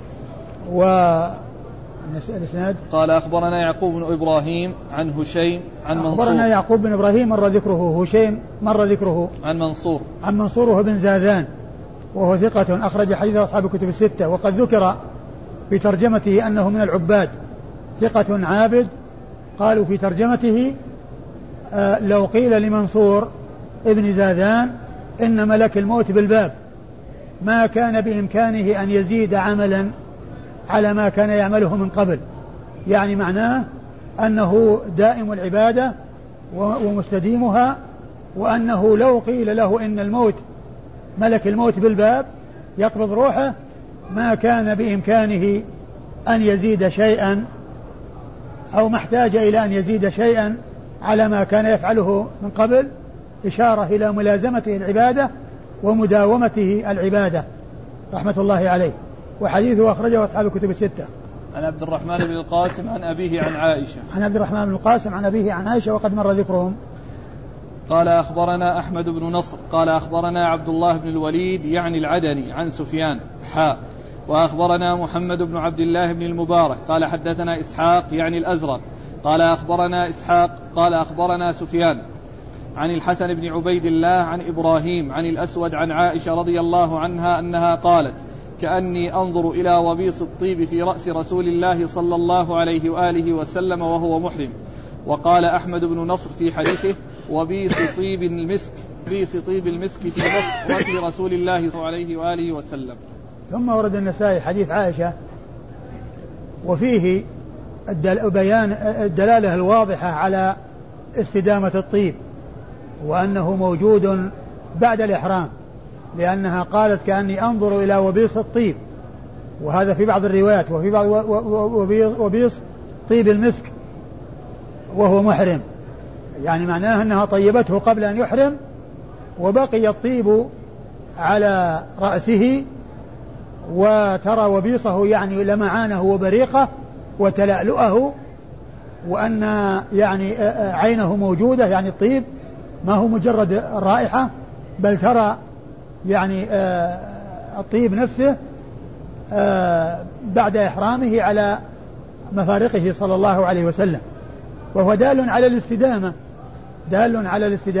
والإسناد قال أخبرنا يعقوب بن إبراهيم عن هشيم عن منصور. أخبرنا يعقوب بن إبراهيم مر ذكره، هشيم مر ذكره. عن منصور وهو بن زاذان وهو ثقة أخرج حديث أصحاب الكتب الستة، وقد ذكر في ترجمته أنه من العباد ثقة عابد. قالوا في ترجمته لو قيل لمنصور ابن زاذان إن ملك الموت بالباب ما كان بإمكانه أن يزيد عملا على ما كان يعمله من قبل، يعني معناه أنه دائم العبادة ومستديمها وأنه لو قيل له إن الموت ملك الموت بالباب يقبض روحه ما كان بإمكانه أن يزيد شيئا أو محتاج إلى أن يزيد شيئا على ما كان يفعله من قبل، إشارة إلى ملازمته العبادة ومداومته العبادة رحمة الله عليه. وحديثه أخرجه أصحاب الكتب الستة. عن عبد الرحمن بن القاسم عن أبيه عن عائشة. عن عبد الرحمن بن القاسم عن أبيه عن عائشة وقد مر ذكرهم. قال أخبرنا أحمد بن نصر قال أخبرنا عبد الله بن الوليد يعني العدني عن سفيان وأخبرنا محمد بن عبد الله بن المبارك قال حدثنا إسحاق يعني الأزرق قال أخبرنا إسحاق قال أخبرنا سفيان عن الحسن بن عبيد الله عن إبراهيم عن الأسود عن عائشة رضي الله عنها أنها قالت كأني أنظر إلى وبيص الطيب في رأس رسول الله صلى الله عليه وآله وسلم وهو محرم. وقال أحمد بن نصر في حديثه وبيص طيب المسك في بطن رسول الله صلى الله عليه وآله وسلم. ثم ورد النسائي حديث عائشة وفيه بيان الدلالة الواضحة على استدامة الطيب وأنه موجود بعد الإحرام، لأنها قالت كأني أنظر إلى وبيص الطيب، وهذا في بعض الروايات، وفي بعض وبيص طيب المسك وهو محرم، يعني معناه أنها طيبته قبل أن يحرم وبقي الطيب على رأسه، وترى وبيصه يعني لمعانه وبريقه وتلألؤه، وأن يعني عينه موجودة، يعني الطيب ما هو مجرد الرائحة بل ترى يعني الطيب نفسه بعد إحرامه على مفارقه صلى الله عليه وسلم، وهو دال على الاستدامة، دال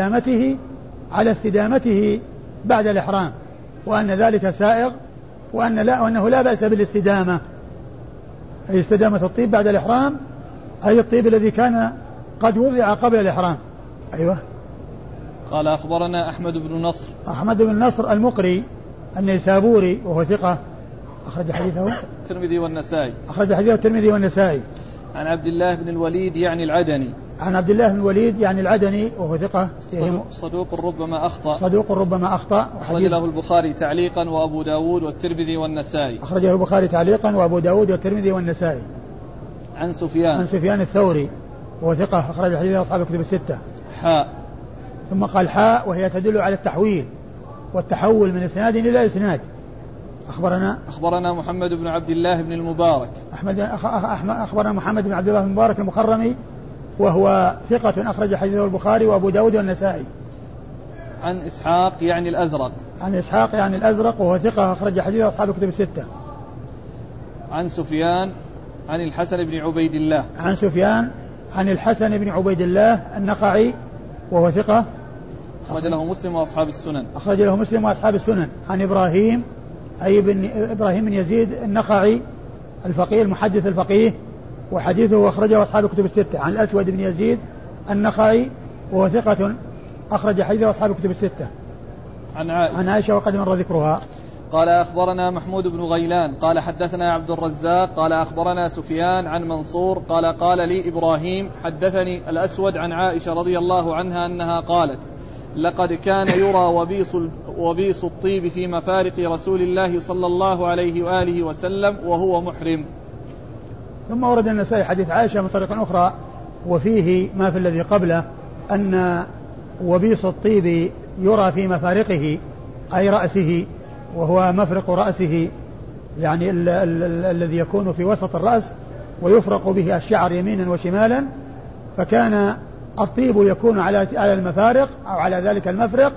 على استدامته بعد الإحرام، وأن ذلك سائغ، وأنه لا بأس بالاستدامة، أي استدامة الطيب بعد الإحرام، أي الطيب الذي كان قد وضع قبل الإحرام. أيوة. قال أخبرنا أحمد بن نصر المقري النيسابوري وهو ثقة أخرج حديثه الترمذي والنسائي. أخرج حديثه الترمذي والنسائي. عن عبد الله بن الوليد يعني العدني. عن عبد الله بن الوليد يعني العدني وهو ثقة صدوق ربما أخطأ. أخرج له البخاري تعليقا وأبو داود والترمذي والنسائي. أخرجه البخاري تعليقا وأبو داود والترمذي والنسائي. عن سفيان الثوري وهو ثقة أخرج حديثه أصحاب الكتب الستة. ثم قال وهي تدل على التحويل والتحول من إسناد إلى إسناد. أخبرنا محمد بن عبد الله بن المبارك. أخبرنا محمد بن عبد الله بن المبارك المخرمي وهو ثقة أخرج حديثه البخاري وأبو داود والنسائي. عن إسحاق يعني الأزرق وهو ثقة أخرج حديثه أصحاب الكتب الستة. عن سفيان عن الحسن بن عبيد الله. عن سفيان عن الحسن بن عبيد الله النخعي وهو ثقة أخرج له مسلم وأصحاب السنن. عن إبراهيم إبراهيم بن يزيد النخعي الفقيه المحدث الفقيه وحديثه أخرجه أصحاب الكتب الستة. عن الأسود بن يزيد النخعي وهو ثقة أخرج حديثه أصحاب الكتب الستة. عن عائشة وقد مر ذكرها. قال أخبرنا محمود بن غيلان قال حدثنا عبد الرزاق قال أخبرنا سفيان عن منصور قال لي إبراهيم حدثني الأسود عن عائشة رضي الله عنها أنها قالت لقد كان يرى وبيص الطيب في مفارق رسول الله صلى الله عليه وآله وسلم وهو محرم. ثم ورد النسائي حديث عائشة من طريق أخرى وفيه ما في الذي قبله أن وبيص الطيب يرى في مفارقه أي رأسه، وهو مفرق رأسه يعني الذي يكون في وسط الرأس ويفرق به الشعر يمينا وشمالا، فكان الطيب يكون على المفارق أو على ذلك المفرق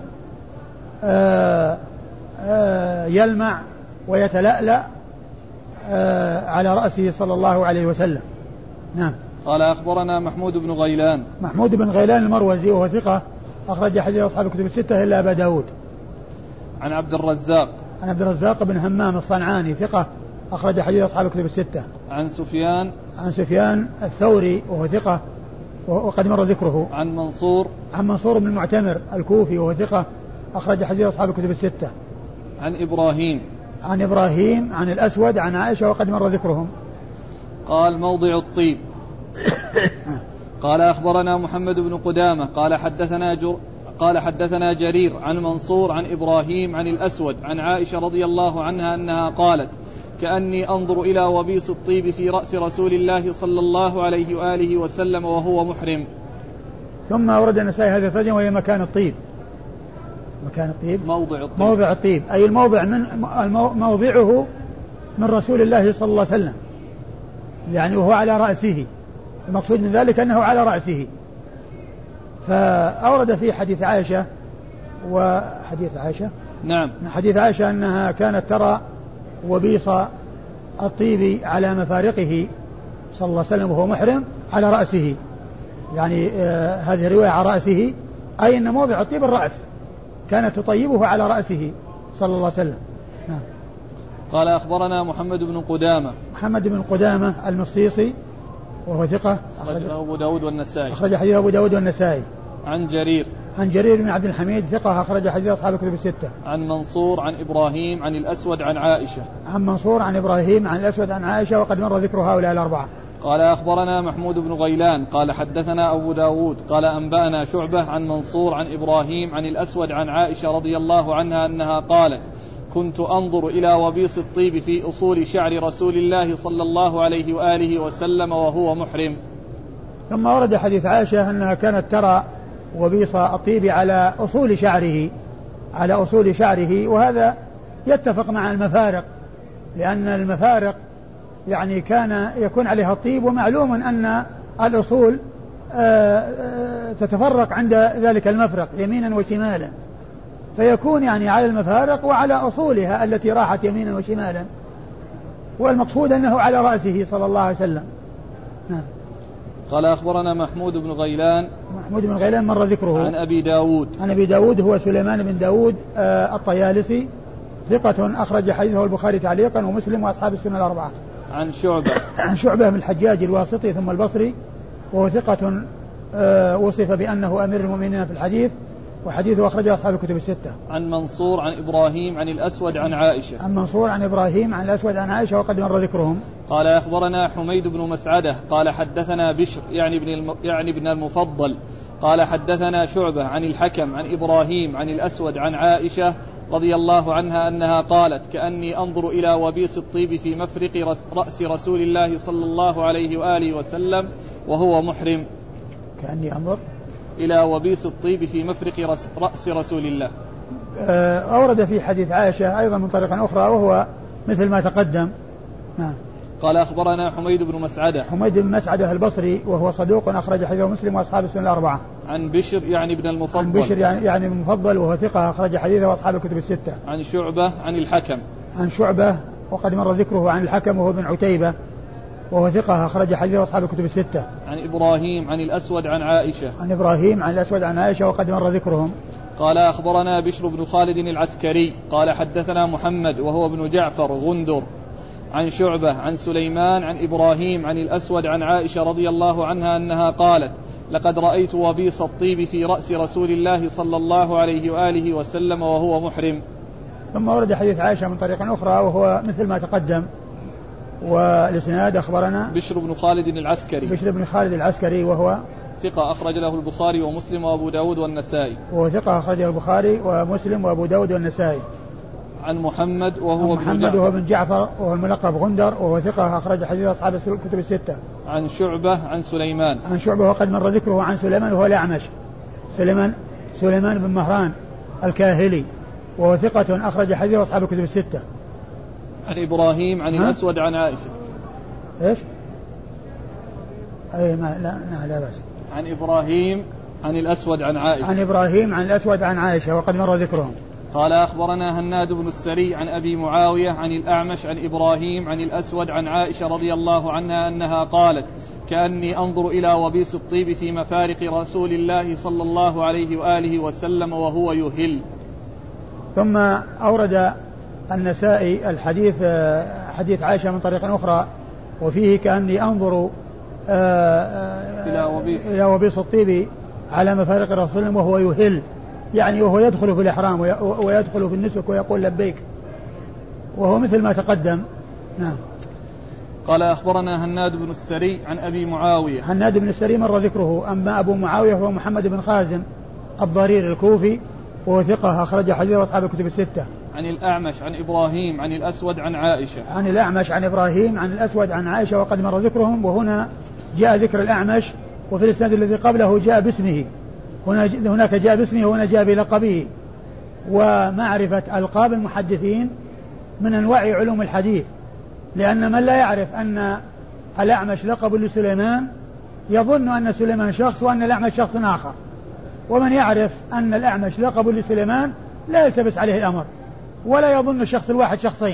يلمع ويتلألأ على رأسه صلى الله عليه وسلم. نعم. قال أخبرنا محمود بن غيلان المروزي وهو ثقة أخرج حديث أصحاب الكتب الستة إلا أبا داود. عن عبد الرزاق بن همام الصنعاني ثقة أخرج حديث أصحاب الكتب الستة. عن سفيان الثوري وهو ثقة وقد مر ذكره. عن منصور بن المعتمر الكوفي وهو ثقة أخرج حديث أصحاب الكتب الستة. عن إبراهيم عن الأسود عن عائشة وقد مر ذكرهم. قال موضع الطيب. قال أخبرنا محمد بن قدامة قال حدثنا جرير عن منصور عن إبراهيم عن الأسود عن عائشة رضي الله عنها أنها قالت كأني أنظر إلى وبيص الطيب في رأس رسول الله صلى الله عليه وآله وسلم وهو محرم. ثم أورد النسائي هذا الترجمة وهي مكان الطيب. مكان الطيب موضع الطيب أي الموضع من موضعه من رسول الله صلى الله عليه وسلم، يعني وهو على رأسه، المقصود من ذلك أنه على رأسه. فأورد في حديث عائشة وحديث عائشة نعم حديث عائشة أنها كانت ترى وبيص الطيب على مفارقه صلى الله عليه وسلم وهو محرم على رأسه، يعني هذه الرواية على رأسه أي أن موضع الطيب الرأس، كانت تطيبه على رأسه صلى الله عليه وسلم. نعم. قال أخبرنا محمد بن قدامة المصيصي وهو ثقة أخرجه أبو داود والنسائي. أخرج حديث أبو داود والنسائي. عن جرير بن عبد الحميد ثقة أخرج حديث أصحاب الكتب الستة. عن منصور عن إبراهيم عن الأسود عن عائشة. عن منصور عن إبراهيم عن الأسود عن عائشة وقد مر ذكر هؤلاء الأربعة. قال أخبرنا محمود بن غيلان قال حدثنا أبو داود قال أنبأنا شعبة عن منصور عن إبراهيم عن الأسود عن عائشة رضي الله عنها أنها قالت كنت أنظر إلى وبيص الطيب في أصول شعر رسول الله صلى الله عليه وآله وسلم وهو محرم. ثم ورد حديث عائشة أنها كانت ترى وبيص الطيب على أصول شعره، وهذا يتفق مع المفارق، لأن المفارق يعني كان يكون عليها الطيب، ومعلوم أن الأصول تتفرق عند ذلك المفرق يمينا وشمالا، فيكون يعني على المفارق وعلى أصولها التي راحت يمينا وشمالا، والمقصود أنه على رأسه صلى الله عليه وسلم. نعم. قال أخبرنا محمود بن غيلان مر ذكره. عن أبي داود هو سليمان بن داود الطيالسي ثقة أخرج حديثه البخاري تعليقا ومسلم وأصحاب السنة الأربعة. عن شعبة بن الحجاج الواسطي ثم البصري، وهو ثقة وصف بأنه أمير المؤمنين في الحديث، وحديثه أخرجه أصحاب الكتب الستة. عن منصور عن إبراهيم عن الأسود عن عائشة وقد مر ذكرهم. قال أخبرنا حميد بن مسعدة قال حدثنا بشر يعني ابن المفضل قال حدثنا شعبة عن الحكم عن إبراهيم عن الأسود عن عائشة رضي الله عنها أنها قالت كأني أنظر إلى وبيص الطيب في مفرق رأس رسول الله صلى الله عليه وآله وسلم وهو محرم. كأني أنظر إلى وبيص الطيب في مفرق رأس رسول الله. أورد في حديث عائشة أيضا من طريقة أخرى وهو مثل ما تقدم. نعم. قال أخبرنا حميد بن مسعدة البصري وهو صدوق أخرج حديثه مسلم وأصحاب السنة الأربعة. عن بشر يعني ابن المفضل وهو ثقة أخرج حديثه وأصحاب الكتب الستة. عن شعبة عن شعبة وقد مر ذكره. عن الحكم وهو بن عتيبة وهو ثقة أخرج حديثه أصحاب الكتب الستة. عن إبراهيم عن الأسود عن عائشة وقد مر ذكرهم. قال أخبرنا بشر بن خالد العسكري قال حدثنا محمد وهو ابن جعفر غندر عن شعبة عن سليمان عن إبراهيم عن الأسود عن عائشة رضي الله عنها أنها قالت لقد رأيت وبيص الطيب في رأس رسول الله صلى الله عليه وآله وسلم وهو محرم. ثم ورد حديث عائشة من طريق أخرى وهو مثل ما تقدم، والإسناد أخبرنا بشر بن خالد العسكري وهو ثقة أخرج له البخاري ومسلم وأبو داود والنسائي. وهو ثقة أخرجه البخاري ومسلم وأبو داود والنسائي. عن محمد وهو بن جعفر وهو الملقب غندر وهو ثقة أخرج حديث أصحاب الكتب الستة. عن شعبة عن سليمان وقد مر ذكره. عن سليمان وهو الأعمش سليمان بن مهران الكاهلي وهو ثقة أخرج حديث أصحاب الكتب الستة. عن إبراهيم عن الأسود عن عائشة. إيش؟ أي لا بس. عن إبراهيم عن الأسود عن عائشة وقد مر ذكرهم. قال أخبرنا هناد بن السري عن أبي معاوية عن الأعمش عن إبراهيم عن الأسود عن عائشة رضي الله عنها أنها قالت كأني أنظر إلى وبيص الطيب في مفارق رسول الله صلى الله عليه وآله وسلم وهو يهل. ثم أورد النسائي الحديث حديث عائشة من طريق أخرى وفيه كأني أنظر إلى وبيص الطيب على مفارق رسول وهو يهل، يعني وهو يدخل في الإحرام ويدخل في النسك ويقول لبيك، وهو مثل ما تقدم. نعم. قال أخبرنا هناد بن السري عن أبي معاوية. هناد بن السري مر ذكره. أما أبو معاوية هو محمد بن خازم الضرير الكوفي وهو ثقة أخرج حديثه أصحاب الكتب الستة. عن الأعمش عن إبراهيم عن الأسود عن عائشة. عن الأعمش عن إبراهيم عن الأسود عن عائشة وقد مر ذكرهم، وهنا جاء ذكر الأعمش، وفي الإسناد الذي قبله جاء باسمه، هناك جاء باسمه وهنا جاء بلقبه. ومعرفة ألقاب المحدثين من أنواع علوم الحديث، لأن من لا يعرف أن الأعمش لقب لسليمان يظن أن سليمان شخص وأن الأعمش شخص آخر، ومن يعرف أن الأعمش لقب لسليمان لا يلتبس عليه الأمر ولا يظن الشخص الواحد شخصين.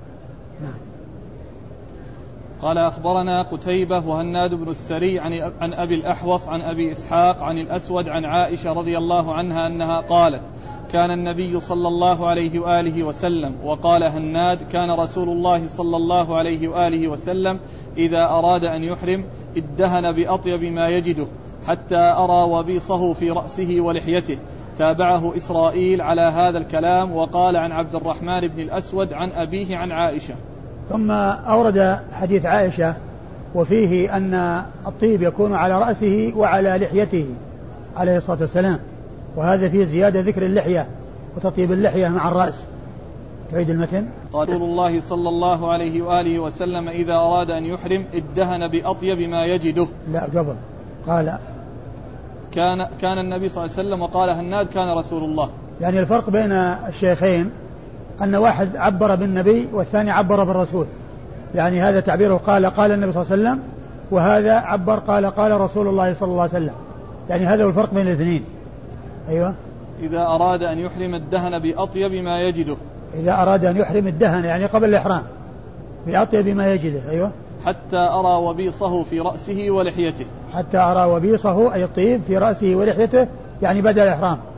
قال أخبرنا قتيبة وهناد بن السري عن أبي الأحوص عن أبي إسحاق عن الأسود عن عائشة رضي الله عنها أنها قالت: كان النبي صلى الله عليه وآله وسلم. وقال هناد: كان رسول الله صلى الله عليه وآله وسلم إذا أراد أن يحرم ادهن بأطيب ما يجده حتى أرى وبيصه في رأسه ولحيته. تابعه إسرائيل على هذا الكلام، وقال عن عبد الرحمن بن الأسود عن أبيه عن عائشة. ثم أورد حديث عائشة وفيه أن الطيب يكون على رأسه وعلى لحيته عليه الصلاة والسلام، وهذا فيه زيادة ذكر اللحية وتطيب اللحية مع الرأس. تعيد المتن. قال رسول الله صلى الله عليه وآله وسلم إذا أراد أن يحرم ادهن بأطيب ما يجده. لا قبل قال كان النبي صلى الله عليه وسلم، وقال هناد كان رسول الله. يعني الفرق بين الشيخين أن واحد عبر بالنبي والثاني عبر بالرسول، يعني هذا تعبيره قال النبي صلى الله عليه وسلم، وهذا عبر قال رسول الله صلى الله عليه وسلم، يعني هذا هو الفرق بين الاثنين. أيوة. إذا أراد أن يحرم الدهن بأطيب ما يجده. إذا أراد أن يحرم الدهن يعني قبل الإحرام بأطيب ما يجده. أيوة. حتى أرى وبيصه في رأسه ولحيته. حتى أرى وبيصه أي الطيب في رأسه ولحيته، يعني بدل الإحرام.